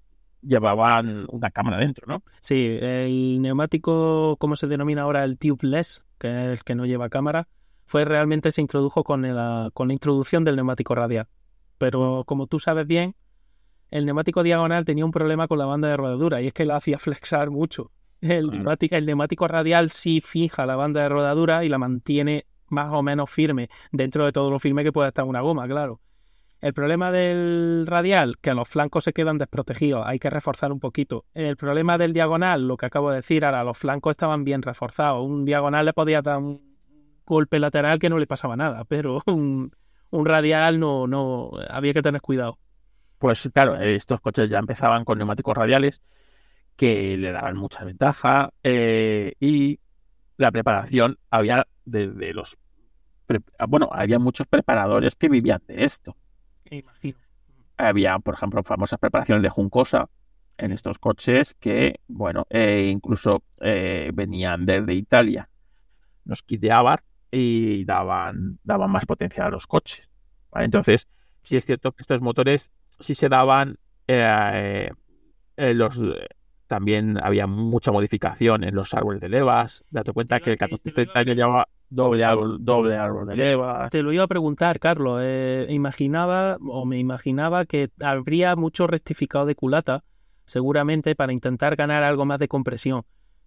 llevaban una cámara dentro, ¿no? Sí, el neumático, ¿cómo se denomina ahora? El tubeless, que es el que no lleva cámara, fue realmente se introdujo con la, con la introducción del neumático radial. Pero como tú sabes bien, el neumático diagonal tenía un problema con la banda de rodadura y es que la hacía flexar mucho. El, Claro. neumático, el neumático radial sí fija la banda de rodadura y la mantiene más o menos firme, dentro de todo lo firme que puede estar una goma, claro. El problema del radial, que los flancos se quedan desprotegidos, hay que reforzar un poquito. El problema del diagonal, lo que acabo de decir, ahora los flancos estaban bien reforzados. Un diagonal le podía dar un golpe lateral que no le pasaba nada, pero un, un radial no, no, había que tener cuidado. Pues claro, estos coches ya empezaban con neumáticos radiales que le daban mucha ventaja eh, y la preparación había desde los... Pre- bueno, había muchos preparadores que vivían de esto. Imagino. Había, por ejemplo, famosas preparaciones de Juncosa en estos coches que, bueno, eh, incluso eh, venían desde Italia. Los kits de Abarth y daban, daban más potencia a los coches. ¿Vale? Entonces, sí es cierto que estos motores sí se daban, eh, eh, los, eh, también había mucha modificación en los árboles de levas. Date cuenta que el catorce treinta llevaba doble árbol, doble árbol de levas. Te lo iba a preguntar, Carlos. Eh, imaginaba, o me imaginaba que habría mucho rectificado de culata, seguramente, para intentar ganar algo más de compresión.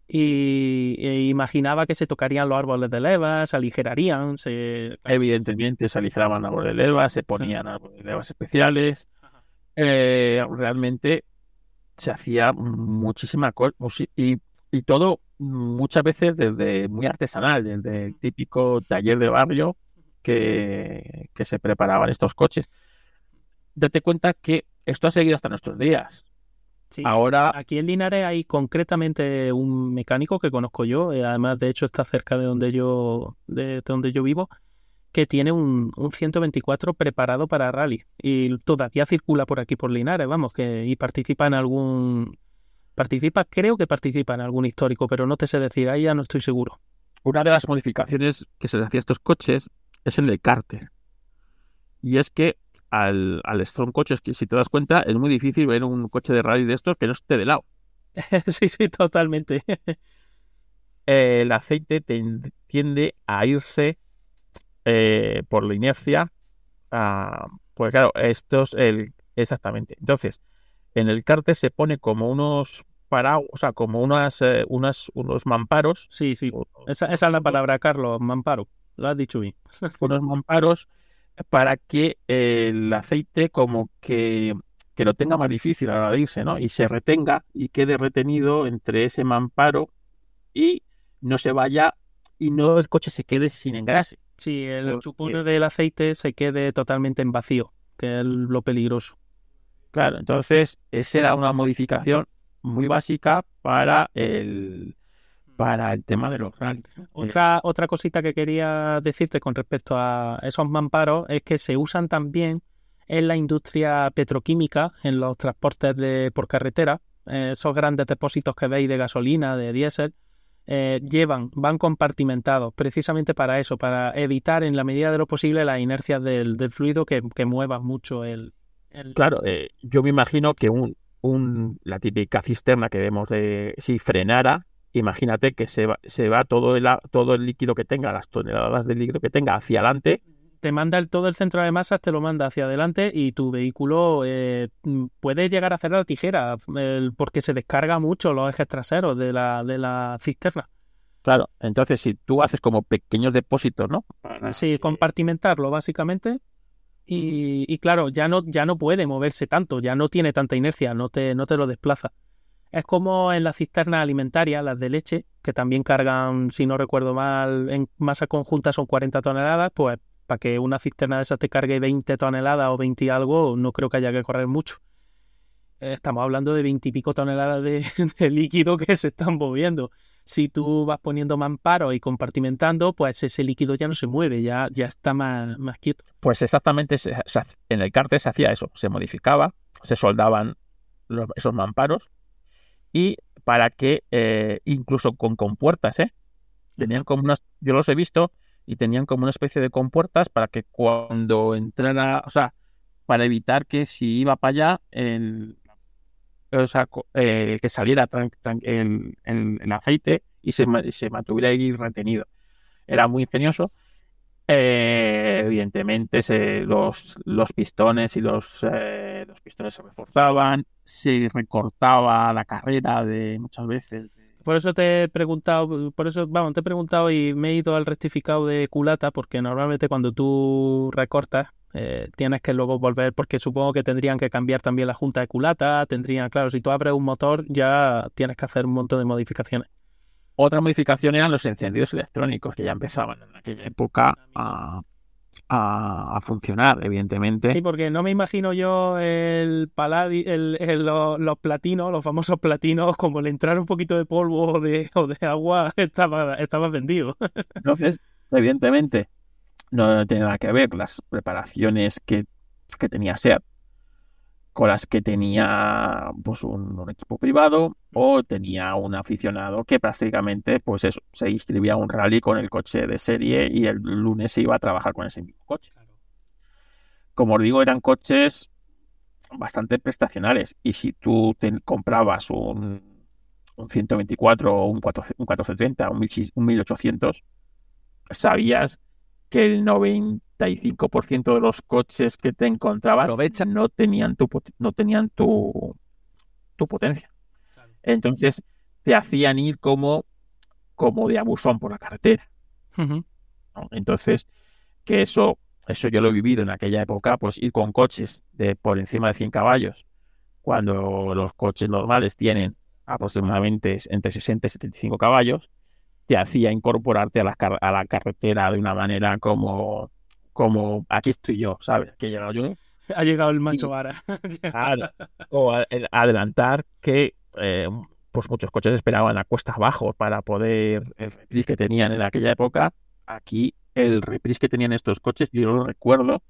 Y e imaginaba que se tocarían los árboles de levas, se aligerarían, se... Evidentemente se aligeraban árboles de levas, se ponían árboles de levas especiales. Eh, realmente se hacía muchísima cosa y, y todo muchas veces desde muy artesanal, desde el típico taller de barrio que, que se preparaban estos coches. Date cuenta que esto ha seguido hasta nuestros días. Sí. Ahora, Aquí en Linares hay concretamente un mecánico que conozco yo, eh, además de hecho está cerca de donde yo, de, de donde yo vivo, que tiene un, un ciento veinticuatro preparado para rally y todavía circula por aquí por Linares, vamos, que y participa en algún... Participa, creo que participa en algún histórico, pero no te sé decir, ahí ya no estoy seguro. una de las modificaciones que se les hacía a estos coches es en el cárter. Y es que al, al estar un coche, es que si te das cuenta, es muy difícil ver un coche de rally de estos que no esté de lado. Sí, sí, totalmente. Eh, el aceite ten- tiende a irse eh, por la inercia. a- pues claro, esto es el... Exactamente. Entonces, en el cárter se pone como unos paraguas, o sea, como unas, eh, unas, unos mamparos. Sí, sí. o- Esa, esa es la palabra, Carlos, mamparo. Lo has dicho bien. unos mamparos para que el aceite como que, que lo tenga más difícil a la hora de irse, ¿no? Y se retenga y quede retenido entre ese mamparo y no se vaya y no el coche se quede sin engrase. Sí, el Porque- chupón del aceite se quede totalmente en vacío, que es lo peligroso. Claro, entonces esa era una modificación muy básica para el para el tema de los rally. Otra, otra cosita que quería decirte con respecto a esos mamparos es que se usan también en la industria petroquímica, en los transportes de, por carretera. Eh, esos grandes depósitos que veis de gasolina, de diésel, eh, llevan, van compartimentados precisamente para eso, para evitar en la medida de lo posible las inercias del, del fluido que, que muevan mucho el... el... Claro, eh, yo me imagino que un, un, la típica cisterna que vemos de si frenara, imagínate que se va, se va todo el, a- todo el líquido que tenga, las toneladas de líquido que tenga hacia adelante. Te manda el, todo el centro de masas, te lo manda hacia adelante y tu vehículo eh, mm, puede llegar a hacer la tijera el- porque se descarga mucho los ejes traseros de la, de la cisterna. Claro, entonces si tú haces como pequeños depósitos, ¿no? Sí, compartimentarlo básicamente y, y claro, ya no, ya no puede moverse tanto, ya no tiene tanta inercia, no te, no te lo desplaza. Es como en las cisternas alimentarias, las de leche, que también cargan, si no recuerdo mal, en masa conjunta son cuarenta toneladas, pues para que una cisterna de esas te cargue veinte toneladas o veinte y algo, no creo que haya que correr mucho. Eh, Estamos hablando de veinte y pico toneladas de, de líquido que se están moviendo. Si tú vas poniendo mamparos y compartimentando, pues ese líquido ya no se mueve, ya, ya está más, más quieto. Pues exactamente se- se hace- en el cárter se hacía eso, se modificaba, se soldaban los- esos mamparos y para que eh, incluso con compuertas, ¿eh? Tenían como unas, yo los he visto y tenían como una especie de compuertas para que cuando entrara, o sea, para evitar que si iba para allá, el, o sea, co- eh, que saliera tran- tran- el, el- el aceite y se, ma- se mantuviera ahí retenido. Era muy ingenioso. Eh, evidentemente se, los, los pistones y los, eh, los pistones se reforzaban, se recortaba la carrera de muchas veces. Por eso te he preguntado, por eso, vamos, te he preguntado y me he ido al rectificado de culata, porque normalmente cuando tú recortas, eh, tienes que luego volver, porque supongo que tendrían que cambiar también la junta de culata, tendrían, claro, si tú abres un motor ya tienes que hacer un montón de modificaciones. Otra modificación eran los encendidos electrónicos, que ya empezaban en aquella época a, a, a funcionar, evidentemente. Sí, porque no me imagino yo el paladi, el, el- los, los platinos, los famosos platinos, como le entrara un poquito de polvo o de, o de agua, estaba, estaba vendido. Entonces, evidentemente, no tiene nada que ver las preparaciones que, que tenía SEAT con las que tenía pues un, un equipo privado o tenía un aficionado que prácticamente pues eso, se inscribía a un rally con el coche de serie y el lunes se iba a trabajar con ese mismo coche. Como os digo, eran coches bastante prestacionales y si tú te comprabas un, un ciento veinticuatro o un, cuatro, un catorce treinta, un, un mil ochocientos, sabías que el noventa y cinco por ciento de los coches que te encontrabas no tenían tu, no tenían tu, tu potencia. Entonces te hacían ir como, como de abusón por la carretera, Ujú. ¿no? Entonces, que eso, eso yo lo he vivido en aquella época, pues ir con coches de por encima de cien caballos, cuando los coches normales tienen aproximadamente entre sesenta y setenta y cinco caballos, te hacía incorporarte a la, car- a la carretera de una manera como, como aquí estoy yo, ¿sabes? Aquí he llegado yo. Ha llegado el macho Y- vara. Claro. O a- el- adelantar que eh, pues muchos coches esperaban a cuestas abajo para poder el reprise que tenían en aquella época. Aquí el reprise que tenían estos coches, yo lo recuerdo,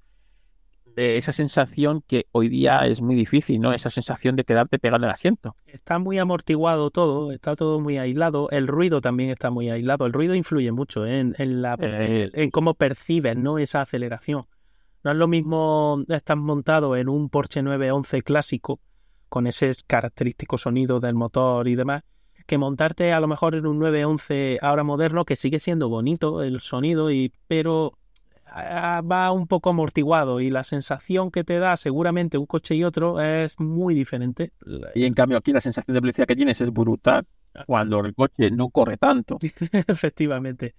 de esa sensación que hoy día es muy difícil, ¿no? Esa sensación de quedarte pegado en el asiento. Está muy amortiguado todo, está todo muy aislado. El ruido también está muy aislado. El ruido influye mucho, ¿eh? en, en la, Eh, en cómo percibes, ¿no? Esa aceleración. No es lo mismo estar montado en un Porsche nueve once clásico, con ese característico sonido del motor y demás, que montarte a lo mejor en un nueve once ahora moderno, que sigue siendo bonito el sonido, y pero ah, va un poco amortiguado y la sensación que te da seguramente un coche y otro es muy diferente. y en cambio aquí la sensación de velocidad que tienes es brutal cuando el coche no corre tanto. Efectivamente.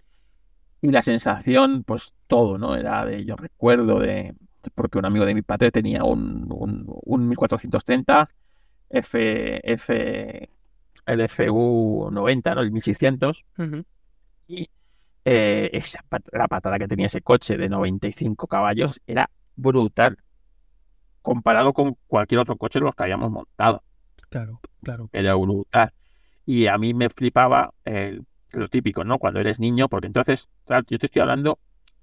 Y la sensación, pues todo, ¿no? Era de, yo recuerdo de, porque un amigo de mi padre tenía un, un, un mil cuatrocientos treinta F, F, el F U noventa, ¿no? El mil seiscientos. Ujú. Y eh, esa, pat- la patada que tenía ese coche de noventa y cinco caballos era brutal, comparado con cualquier otro coche de los que habíamos montado. Claro, claro. Era brutal. Y a mí me flipaba eh, lo típico, ¿no? Cuando eres niño, porque entonces, claro, yo te estoy hablando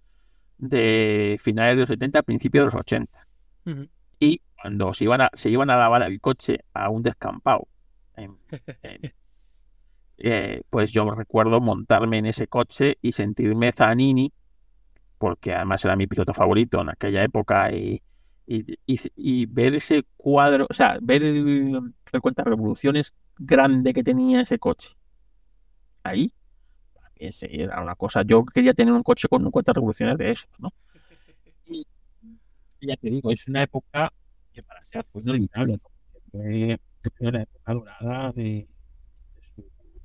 de finales de los setenta, principios de los ochenta. Ujú. Y cuando se iban a, se iban a lavar el coche a un descampado, en- en- eh, pues yo recuerdo montarme en ese coche y sentirme Zanini, porque además era mi piloto favorito en aquella época, y, y, y- y ver ese cuadro, o sea, ver el, el cuentarevoluciones grande que tenía ese coche. Ahí, ese era una cosa. Yo quería tener un coche con un cuentarevoluciones de esos, ¿no? Y, y ya te digo, es una época que para ser fue inolvidable, ¿no? Fue, fue una época dorada de, de, su-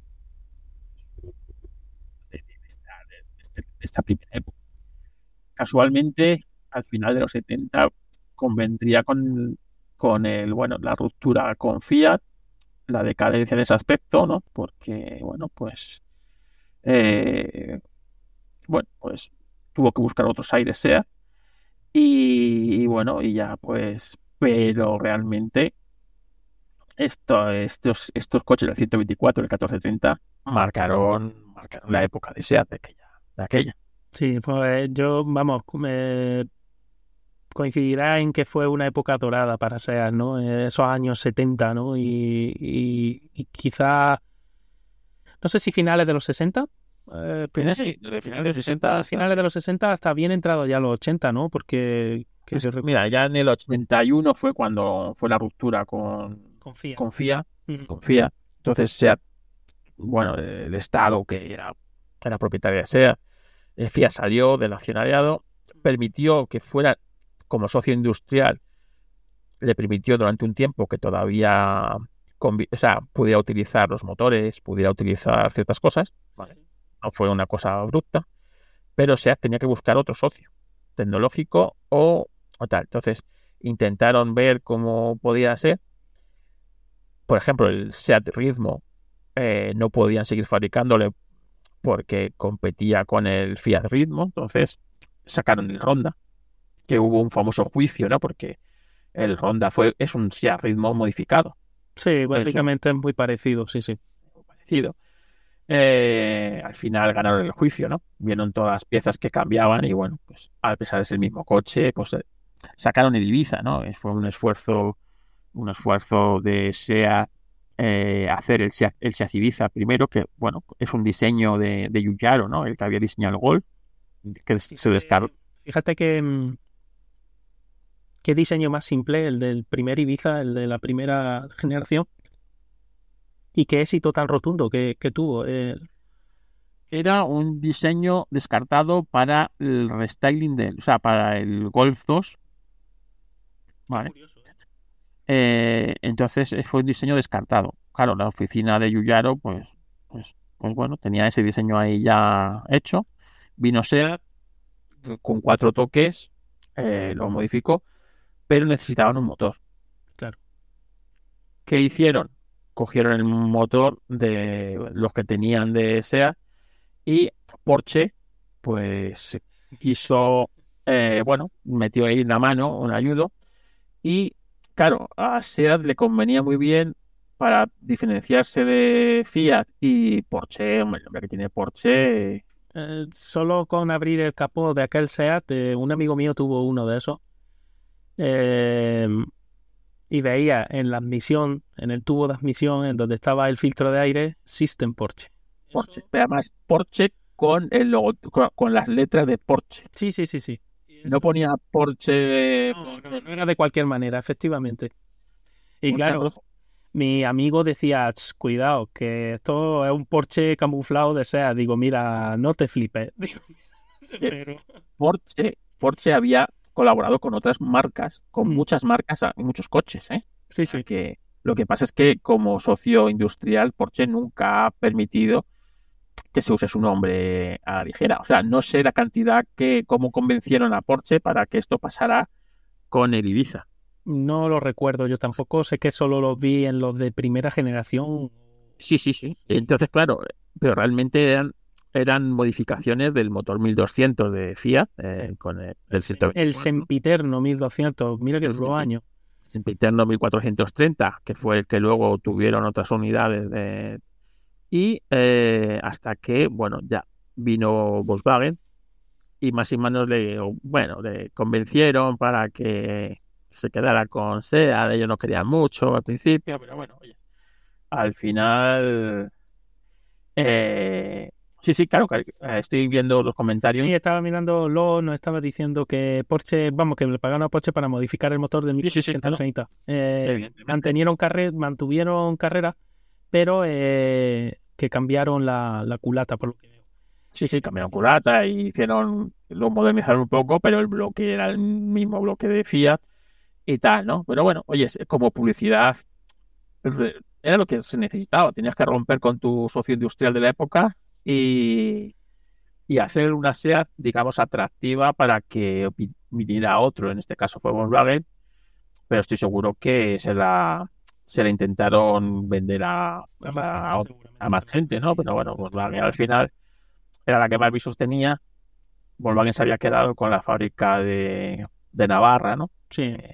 de- de esta, de este- de esta primera época. Casualmente, al final de los setenta, convendría con, con el, bueno, la ruptura con Fiat, la decadencia de ese aspecto, ¿no? Porque, bueno, pues, eh, bueno, pues tuvo que buscar otros aires SEAT y, y bueno, y ya pues, pero realmente esto, estos, estos coches del ciento veinticuatro y el catorce treinta marcaron, marcaron la época de SEAT de aquella. De aquella. Sí, pues yo, vamos, me coincidirá en que fue una época dorada para SEAT, ¿no? Eh, Esos años setenta, ¿no? Y, y, y quizá, no sé si finales de los sesenta, eh, pero Sí, de finales de los sesenta hasta- finales de los sesenta hasta bien entrado ya los ochenta, ¿no? Porque que Pues, yo recu- mira, ya en el ochenta y uno fue cuando fue la ruptura con, confía. con Fiat, Ujú. con Fiat. Entonces SEAT, bueno, el Estado que era, era propietario de SEAT, eh, Fiat salió del accionariado, permitió que fuera como socio industrial, le permitió durante un tiempo que todavía convi- o sea, pudiera utilizar los motores, pudiera utilizar ciertas cosas. Vale. No fue una cosa abrupta, pero SEAT tenía que buscar otro socio tecnológico o, o tal. Entonces intentaron ver cómo podía ser. Por ejemplo, el SEAT Ritmo eh, no podían seguir fabricándole porque competía con el Fiat Ritmo. Entonces sacaron el Ronda, que hubo un famoso juicio, ¿no? Porque el Ronda fue, es un Fiat Ritmo modificado. Sí, básicamente es muy parecido, sí, sí. Muy parecido. Eh, al final ganaron el juicio, ¿no? Vieron todas las piezas que cambiaban y bueno, pues a pesar de ser el mismo coche, pues eh, sacaron el Ibiza, ¿no? Fue un esfuerzo, un esfuerzo de SEAT eh, hacer el SEAT, el SEAT Ibiza primero, que bueno, es un diseño de, de Giugiaro, ¿no? El que había diseñado el Golf, que se descargó. Fíjate que mm, qué diseño más simple, el del primer Ibiza, el de la primera generación. Y qué éxito tan rotundo que, que tuvo. Eh. Era un diseño descartado para el restyling del, o sea, para el Golf dos. Vale. Curioso, ¿eh? Eh, entonces fue un diseño descartado. Claro, la oficina de Giugiaro, pues, pues, pues bueno, tenía ese diseño ahí ya hecho. Vino SEAT con cuatro toques, eh, lo modificó, pero necesitaban un motor. Claro. ¿Qué hicieron? Cogieron el motor de los que tenían de SEAT y Porsche, pues quiso, eh, bueno, metió ahí una mano, un ayudo, y claro, a SEAT le convenía muy bien para diferenciarse de Fiat y Porsche, hombre, el nombre que tiene Porsche. Eh, solo con abrir el capó de aquel SEAT, eh, un amigo mío tuvo uno de esos. Eh, y veía en la admisión, en el tubo de admisión, en donde estaba el filtro de aire, System Porsche. Porsche, pero además Porsche con el logo, con, con las letras de Porsche. Sí, sí, sí, sí. No ponía Porsche. No, no, no era de cualquier manera, efectivamente. Y Porsche claro, rojo. mi amigo decía, "Ch, cuidado, que esto es un Porsche camuflado de SEAT". Digo, mira, no te flipes. Digo, pero... Porsche, Porsche había colaborado con otras marcas, con Mm. muchas marcas y muchos coches, ¿eh? Sí, O sea sí. que lo que pasa es que como socio industrial, Porsche nunca ha permitido que se use su nombre a la ligera. O sea, no sé la cantidad que, cómo convencieron a Porsche para que esto pasara con el Ibiza. No lo recuerdo yo tampoco. Sé que solo los vi en los de primera generación. Sí, sí, sí. Entonces, claro, pero realmente eran, eran modificaciones del motor mil doscientos de Fiat, eh, con el, el ciento veinticuatro. El Sempiterno mil doscientos. Mira que El duró Sempi- años. Sempiterno mil cuatrocientos treinta, que fue el que luego tuvieron otras unidades de... Y eh, hasta que, bueno, ya vino Volkswagen y más y menos le, bueno, le convencieron para que se quedara con SEAT. Ellos no querían mucho al principio, pero bueno, oye, al final... Eh, sí, sí, claro, que, eh, estoy viendo los comentarios. Sí, estaba mirando, Lo nos estaba diciendo que Porsche, vamos, que le pagaron a Porsche para modificar el motor de Sí, sí, sí, mil novecientos treinta. Eh, Evidentemente. mantuvieron, carre mantuvieron carrera, pero eh, que cambiaron la, la culata, por lo que veo. Sí, sí, cambiaron culata y hicieron, lo modernizaron un poco, pero el bloque era el mismo bloque de Fiat y tal, ¿no? Pero bueno, oye, es- como publicidad re- era lo que se necesitaba. Tenías que romper con tu socio industrial de la época y, y hacer una SEAT, digamos, atractiva para que vi- viniera otro. En este caso fue Volkswagen, pero estoy seguro que se la, se la intentaron vender a, a, a- a más gente, ¿no? Pero bueno, Volkswagen al final era la que más visos tenía. Volkswagen se había quedado con la fábrica de, de Navarra, ¿no? Sí. Eh,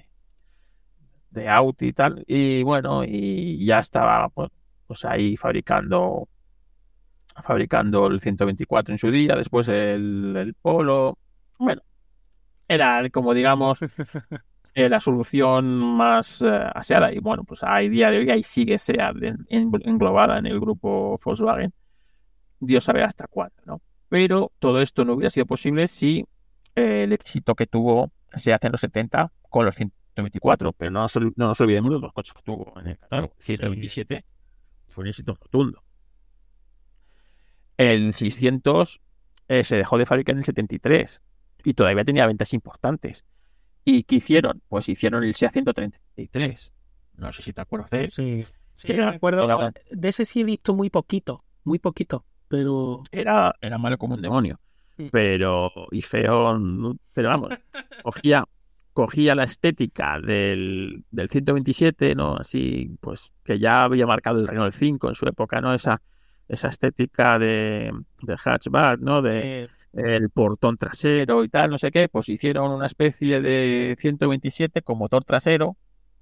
de Audi y tal, y bueno, y ya estaba pues, pues ahí fabricando fabricando el ciento veinticuatro en su día, después el, el Polo, bueno, era como digamos eh, la solución más eh, aseada, y bueno, pues a día de hoy ahí sigue SEAT en- en- englobada en el grupo Volkswagen, Dios sabe hasta cuándo, ¿no? Pero todo esto no hubiera sido posible si eh, el éxito que tuvo SEAT en los setenta con los ciento veinticuatro, pero no nos, ol- no nos olvidemos de los coches que tuvo en el catálogo. El ciento veintisiete fue un éxito rotundo. El seiscientos eh, se dejó de fabricar en el setenta y tres y todavía tenía ventas importantes. ¿Y qué hicieron? Pues hicieron el SEAT ciento treinta y tres. No sé si te acuerdas de él. Sí, sí, Que me era- acuerdo. era- De ese sí he visto muy poquito, muy poquito, pero Era, era malo como un demonio, Mm. pero y feo, no- pero vamos, cogía, cogía la estética del, del ciento veintisiete, ¿no? Así, pues, que ya había marcado el Renault cinco en su época, ¿no? Esa, esa estética de, de hatchback, ¿no? De eh, el portón trasero y tal, no sé qué, pues hicieron una especie de ciento veintisiete con motor trasero,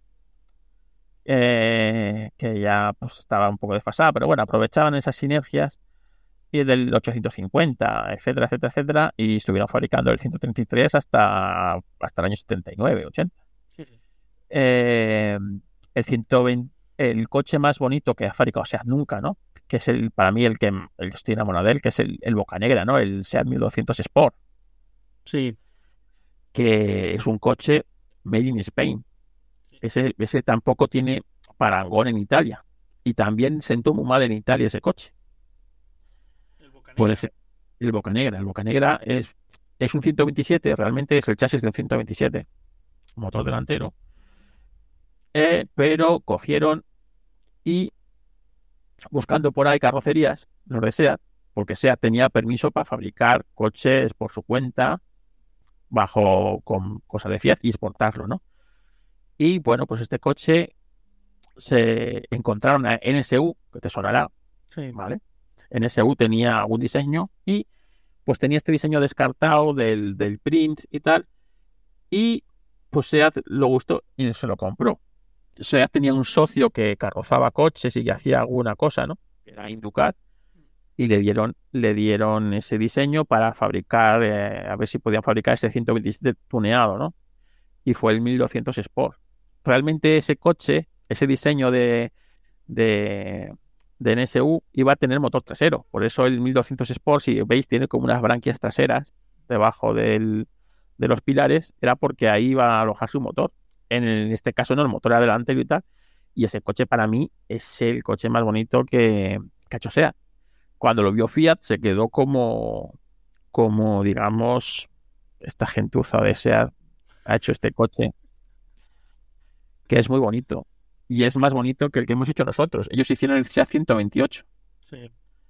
eh, que ya pues estaba un poco desfasada, pero bueno, aprovechaban esas sinergias y del ochocientos cincuenta, etcétera, etcétera, etcétera, y estuvieron fabricando el ciento treinta y tres hasta, hasta el año setenta y nueve, ochenta. sí, sí. Eh, el ciento veinte, el coche más bonito que ha fabricado SEAT nunca, ¿no? Que es el, para mí el que, el que estoy enamorado de él, que es el, el Bocanegra, ¿no? El SEAT mil doscientos Sport, Sí, que es un coche made in Spain. Ese, ese tampoco tiene parangón en Italia. Y también sentó muy mal en Italia ese coche. Por ese, el Bocanegra. El Bocanegra es, es un ciento veintisiete, realmente es el chasis de un ciento veintisiete, motor delantero. Eh, pero cogieron y buscando por ahí carrocerías, los de SEAT, porque SEAT tenía permiso para fabricar coches por su cuenta, bajo con cosas de Fiat y exportarlo, ¿no? Y bueno, pues este coche se encontraron a N S U, que te sonará, sí. ¿vale? N S U tenía algún diseño y pues tenía este diseño descartado del, del Prince y tal, y pues SEAT lo gustó y se lo compró. SEAT tenía un socio que carrozaba coches y que hacía alguna cosa, ¿no? Que era Inducar, y le dieron, le dieron ese diseño para fabricar, eh, a ver si podían fabricar ese ciento veintisiete tuneado, ¿no? Y fue el mil doscientos Sport. Realmente ese coche, ese diseño de, de, de N S U iba a tener motor trasero. Por eso el mil doscientos Sport, si veis, tiene como unas branquias traseras debajo del, de los pilares. Era porque ahí iba a alojar su motor. En, el- en este caso no, el motor era delantero y tal. Y ese coche para mí es el coche más bonito que, que ha hecho SEAT. Cuando lo vio Fiat se quedó como, como digamos, esta gentuza de SEAT ha hecho este coche que es muy bonito. Y es más bonito que el que hemos hecho nosotros. Ellos hicieron el SEAT ciento veintiocho. Sí.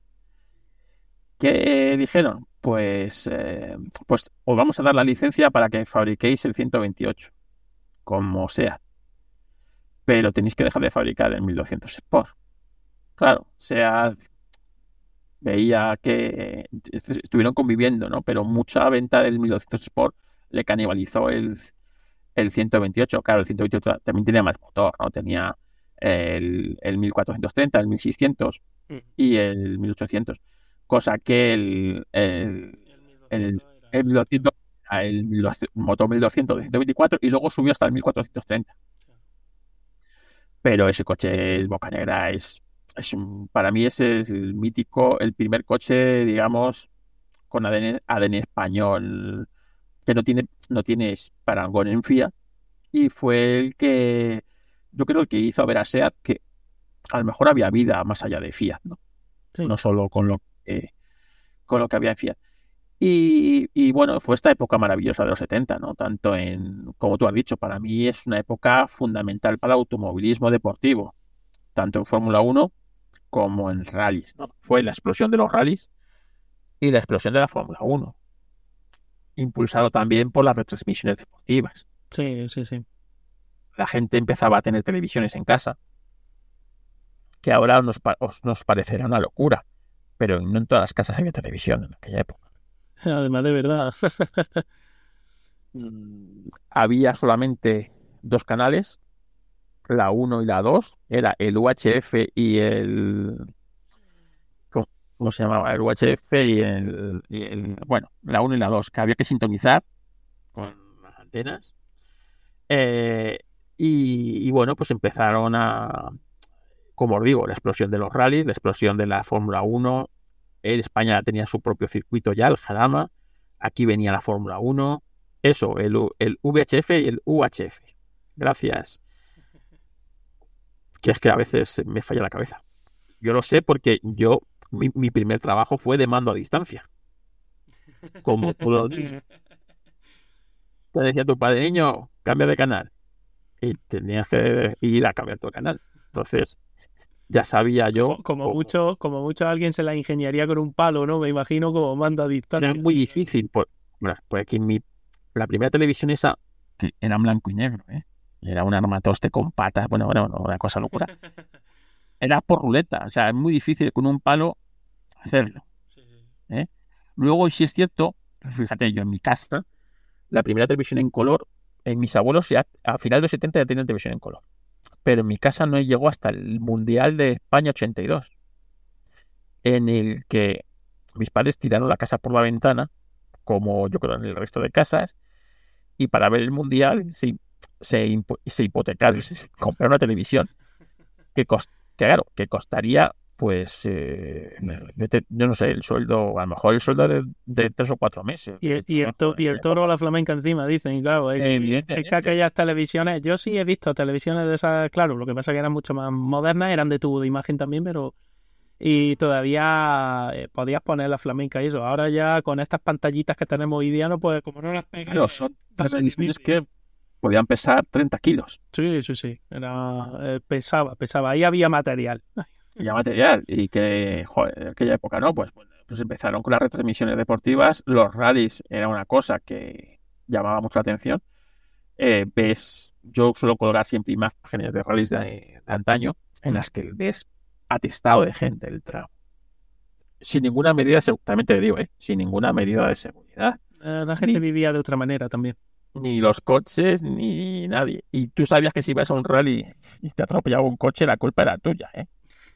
¿Qué dijeron? Pues, eh, pues os vamos a dar la licencia para que fabriquéis el ciento veintiocho, como SEAT. Pero tenéis que dejar de fabricar el mil doscientos Sport. Claro, SEAT veía que estuvieron conviviendo, ¿no? Pero mucha venta del mil doscientos Sport le canibalizó el, el ciento veintiocho. Claro, el ciento veintiocho también tenía más motor, ¿no? Tenía el, el mil cuatrocientos treinta, el mil seiscientos Mm. y el mil ochocientos. Cosa que el, el, el, el mil doscientos, el mil doscientos motor mil doscientos de ciento veinticuatro y luego subió hasta el mil cuatrocientos treinta. Pero ese coche, el Bocanegra, es, es un, para mí es el mítico, el primer coche, digamos, con A D N, A D N español, que no tiene, no tiene parangón en Fiat, y fue el que, yo creo que hizo ver a SEAT que a lo mejor había vida más allá de Fiat, ¿no? Sí. No solo con lo, que- con lo que había en Fiat. Y, y bueno, fue esta época maravillosa de los setenta, ¿no? Tanto en, como tú has dicho, para mí es una época fundamental para el automovilismo deportivo, tanto en Fórmula uno como en rallies, ¿no? Fue la explosión de los rallies y la explosión de la Fórmula uno, impulsado también por las retransmisiones deportivas. Sí, sí, sí. La gente empezaba a tener televisiones en casa, que ahora nos, pa- os nos parecerá una locura, pero no en todas las casas había televisión en aquella época. Además de verdad. Mm, Había solamente dos canales, la uno y la dos, era el U H F y el... ¿Cómo, cómo se llamaba? El U H F y el, y el- Bueno, la uno y la dos, que había que sintonizar con las antenas. Eh, y, y bueno, pues empezaron a, como os digo, la explosión de los rallies, la explosión de la Fórmula uno. En España tenía su propio circuito ya, el Jarama. Aquí venía la Fórmula uno. Eso, el, U- el V H F y el U H F. Gracias. Que es que a veces me falla la cabeza. Yo lo sé porque yo, mi, mi primer trabajo fue de mando a distancia. como tú lo dices. Te decía tu padre, niño, cambia de canal. Y tenías que ir a cambiar tu canal. Entonces, ya sabía yo. Como, como cómo- mucho, como mucho alguien se la ingeniaría con un palo, ¿no? Me imagino como manda a distancia. Era muy difícil. Pues, bueno, pues que mi, la primera televisión esa, que era en blanco y negro, ¿eh? Era un armatoste con patas, bueno, bueno, una cosa locura. Era por ruleta, o sea, es muy difícil con un palo hacerlo. ¿eh? Luego, si es cierto, fíjate, yo en mi casa, la primera televisión en color, en mis abuelos ya a finales de los setenta ya tenían televisión en color. Pero en mi casa no llegó hasta el Mundial de España ochenta y dos, en el que mis padres tiraron la casa por la ventana, como yo creo en el resto de casas, y para ver el Mundial se, se, impo- se hipotecaron, se compraron una televisión que, cost, que, claro, que costaría, pues, eh, vete- yo no sé, el sueldo, a lo mejor el sueldo de, de tres o cuatro meses. Y, el- y, el to- y el toro o la flamenca encima, dicen, y claro, es, que- Evidentemente. es que aquellas televisiones, yo sí he visto televisiones de esas, claro, lo que pasa es que eran mucho más modernas, eran de tubo de imagen también, pero y todavía eh, podías poner la flamenca y eso. Ahora ya con estas pantallitas que tenemos hoy día no puede, como no las pegas. Claro, son televisiones que podían pesar treinta kilos. Sí, sí, sí, era, eh, pesaba, pesaba, ahí había material. Ya material, y que, joder, en aquella época, ¿no? Pues, pues empezaron con las retransmisiones deportivas, los rallies era una cosa que llamaba mucho la atención. Eh, ves, yo suelo colgar siempre imágenes de rallies de, de antaño, en las que ves atestado de gente el tramo. Sin ninguna medida, también te digo, ¿eh? Sin ninguna medida de seguridad. Eh, la gente Ni- vivía de otra manera también. Ni los coches, ni nadie. Y tú sabías que si ibas a un rally y te atropellaba un coche, la culpa era tuya, ¿eh?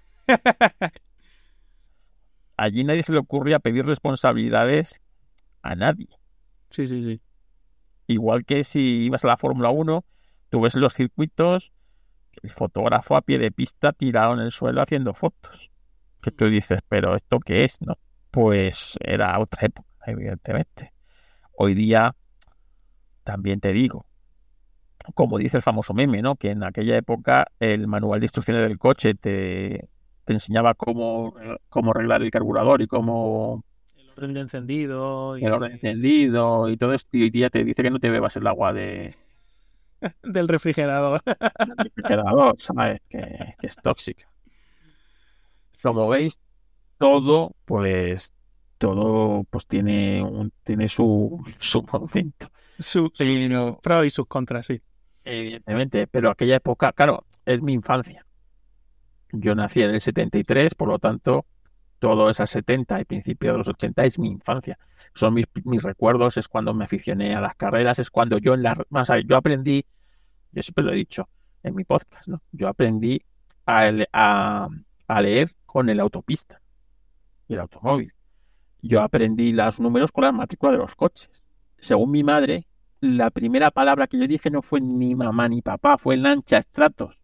Allí nadie se le ocurría pedir responsabilidades a nadie. Sí, sí, sí. Igual que si ibas a la Fórmula uno, tú ves en los circuitos el fotógrafo a pie de pista tirado en el suelo haciendo fotos. Que tú dices, ¿pero esto qué es? ¿No? Pues era otra época, evidentemente. Hoy día, también te digo, como dice el famoso meme, ¿no? Que en aquella época el manual de instrucciones del coche te, te enseñaba cómo, cómo arreglar el carburador y cómo El orden de encendido y el orden encendido y todo esto, y hoy día te dice que no te bebas el agua de, del refrigerador. del refrigerador, ¿sabes? Que, que es tóxica. Como veis, todo, pues, todo, pues tiene un, tiene su, su momento. Su, Pero, pros y sus contras, sí. evidentemente, pero aquella época, claro, es mi infancia. Yo nací en el setenta y tres, por lo tanto, todo esas setenta y principios de los ochenta es mi infancia. Son mis, mis recuerdos, es cuando me aficioné a las carreras, es cuando yo en la, más, yo aprendí, yo siempre lo he dicho en mi podcast, ¿no? Yo aprendí a, le- a, a leer con el autopista y el automóvil. Yo aprendí los números con las matrículas de los coches. Según mi madre, la primera palabra que yo dije no fue ni mamá ni papá, fue lancha estratos.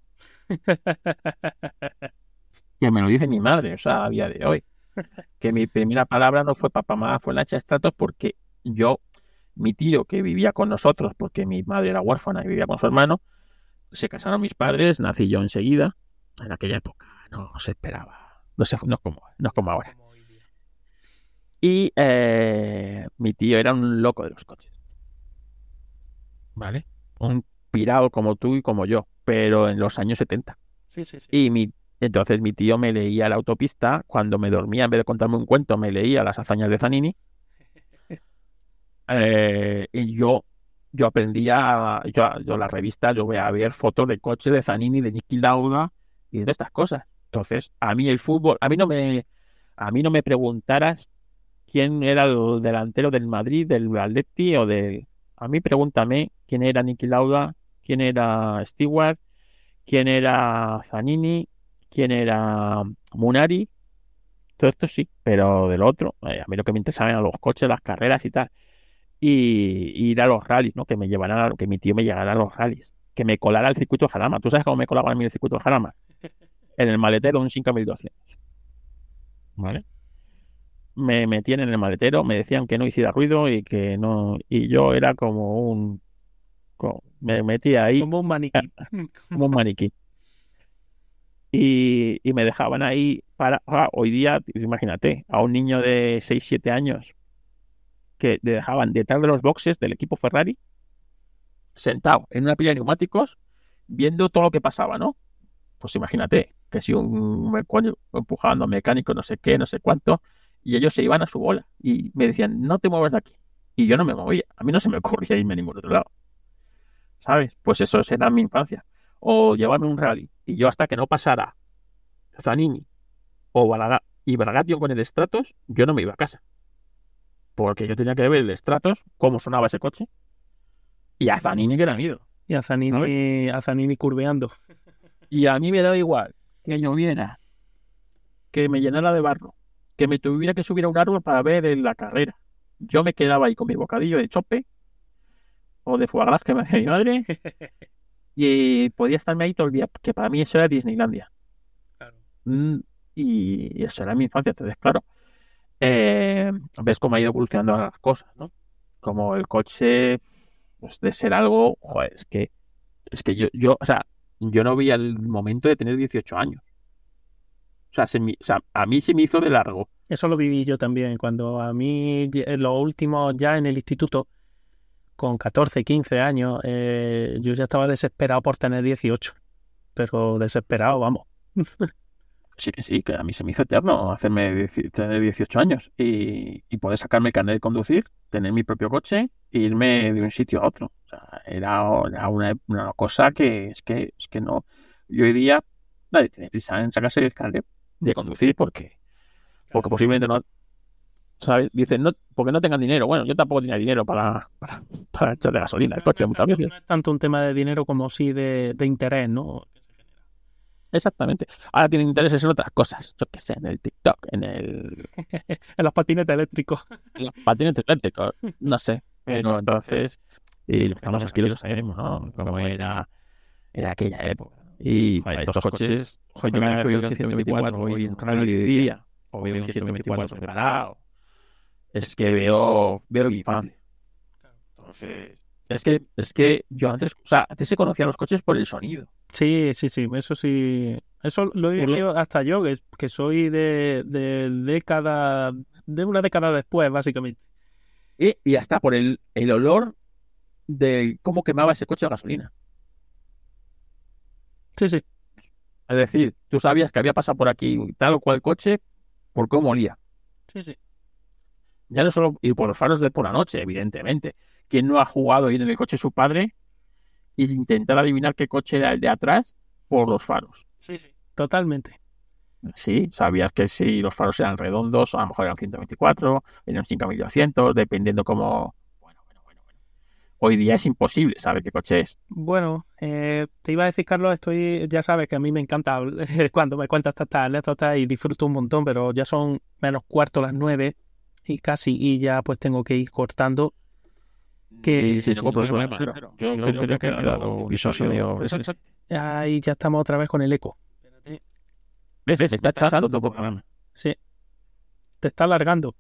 Que me lo dice mi madre, o sea, a día de hoy. Que mi primera palabra no fue papá, mamá, fue lancha estratos, porque yo, mi tío que vivía con nosotros, porque mi madre era huérfana y vivía con su hermano, se casaron mis padres, nací yo enseguida. En aquella época no se esperaba, no, sé, no, es, como, no es como ahora. Y eh, mi tío era un loco de los coches. ¿Vale? Un pirado como tú y como yo, pero en los años setenta. Sí, sí, sí. Y mi, entonces mi tío me leía la autopista, cuando me dormía, en vez de contarme un cuento, me leía las hazañas de Zanini. Eh, y yo, yo aprendía, yo, yo la revista, yo voy a ver fotos de coches de Zanini, de Niki Lauda y de estas cosas. Entonces, a mí el fútbol, a mí no me, a mí no me preguntaras quién era el delantero del Madrid, del Atleti o del... A mí pregúntame quién era Niki Lauda, quién era Stewart, quién era Zanini, quién era Munari. Todo esto sí, pero del otro, eh, a mí lo que me interesaba eran los coches, las carreras y tal. Y, y ir a los rallies, ¿no? Que me llevaran, a, que mi tío me llevara a los rallies. Que me colara al circuito de Jarama. ¿Tú sabes cómo me colaba a mí el circuito de Jarama? En el maletero de un Shinka mil doscientos. ¿Vale? Me metían en el maletero, me decían que no hiciera ruido y que no, y yo era como un, como- me metía ahí Como un maniquí. como un maniquí y, y me dejaban ahí para, ah, hoy día, imagínate, a un niño de seis siete años que te dejaban detrás de los boxes del equipo Ferrari, sentado en una pila de neumáticos, viendo todo lo que pasaba, ¿no? Pues imagínate, que si un mecánico empujando a un mecánico, no sé qué, no sé cuánto, y ellos se iban a su bola y me decían, no te muevas de aquí. Y yo no me movía, a mí no se me ocurría irme a ningún otro lado, ¿sabes? Pues eso era mi infancia. O llevarme un rally, y yo hasta que no pasara Zanini o Balaga y Bragation con el Stratos, yo no me iba a casa. Porque yo tenía que ver el Stratos, cómo sonaba ese coche, y a Zanini que era miedo. Y a Zanini, a Zanini curveando. Y a mí me daba igual que lloviera, que me llenara de barro, que me tuviera que subir a un árbol para ver la carrera. Yo me quedaba ahí con mi bocadillo de chope o de foie gras que me hacía mi madre y podía estarme ahí todo el día, que para mí eso era Disneylandia. Claro. Mm, y eso era mi infancia. Entonces, claro, eh, ves cómo ha ido evolucionando las cosas, ¿no? Como el coche, pues de ser algo, joder, es que, es que yo, yo, o sea, yo no vi el momento de tener dieciocho años. O sea, se me, o sea, a mí se me hizo de largo. Eso lo viví yo también, cuando a mí, en los últimos, ya en el instituto, con catorce, quince años, eh, yo ya estaba desesperado por tener dieciocho. Pero desesperado, vamos. Sí que sí, que a mí se me hizo eterno hacerme dieci- tener dieciocho años y, y poder sacarme el carnet de conducir, tener mi propio coche e irme de un sitio a otro. O sea, era, era una, una cosa que es que es que no. Yo hoy día nadie tiene prisa en sacarse el carnet de conducir porque, porque posiblemente no, ¿sabes? Dicen, no, porque no tengan dinero. Bueno, yo tampoco tenía dinero para, para, para echarle gasolina al coche muchas veces. No es tanto un tema de dinero como sí de, de interés, ¿no? Exactamente. Ahora tienen intereses en otras cosas. Yo qué sé, en el TikTok, en el... En los patinetes eléctricos. en los patinetes eléctricos, no sé. Pero entonces, y los famosos aquí lo sabemos, ¿no? Cómo era, era aquella época. Y joder, estos coches, joder, yo me veo un ciento veinticuatro, voy en un rally de día, o veo un ciento veinticuatro preparado. Es que veo, veo mi infancia. Entonces, es que, es que yo antes, o sea, antes se conocían los coches por el sonido. Sí, sí, sí, eso sí. Eso lo he vivido hasta yo, que, que soy de, de década, de una década después, básicamente. Y, y hasta por el, el olor de cómo quemaba ese coche a gasolina. Sí, sí. Es decir, tú sabías que había pasado por aquí tal o cual coche por cómo olía. Sí, sí. Ya no solo ir por los faros de por la noche, evidentemente. ¿Quién no ha jugado ir en el coche de su padre y intentar adivinar qué coche era el de atrás por los faros? Sí, sí. Totalmente. Sí, sabías que si los faros eran redondos, a lo mejor eran ciento veinticuatro, eran cinco mil doscientos, dependiendo cómo... Bueno, bueno, bueno, bueno. Hoy día es imposible saber qué coche es. Bueno, eh, te iba a decir, Carlos, estoy, ya sabes que a mí me encanta cuando me cuentas estas anécdotas y disfruto un montón, pero ya son menos cuarto las nueve y casi, y ya pues tengo que ir cortando. Que Sí, no hay problema. Yo creo que ha dado un episodio... ahí ya estamos otra vez con el eco. ¿Ves? Me está echando todo el programa. Sí. Te está alargando.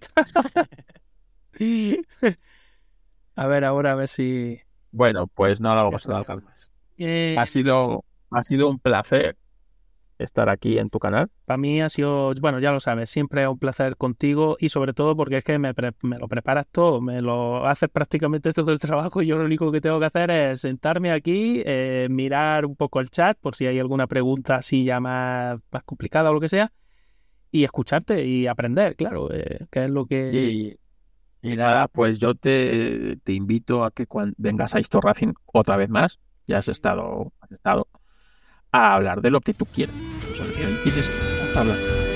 A ver, ahora a ver si... Bueno, pues no lo vamos a alargar más. Eh, Ha sido, ha sido un placer estar aquí en tu canal. Para mí ha sido, bueno, ya lo sabes, siempre es un placer contigo y sobre todo porque es que me, pre- me lo preparas todo, me lo haces prácticamente todo el trabajo y yo lo único que tengo que hacer es sentarme aquí, eh, mirar un poco el chat por si hay alguna pregunta así ya más, más complicada o lo que sea y escucharte y aprender, claro, eh, que es lo que... Y, y nada, pues yo te, te invito a que cuando vengas a Histo Racing otra vez más, ya has estado, has estado, a hablar de lo que tú quieras. O sea, que tienes que hablar.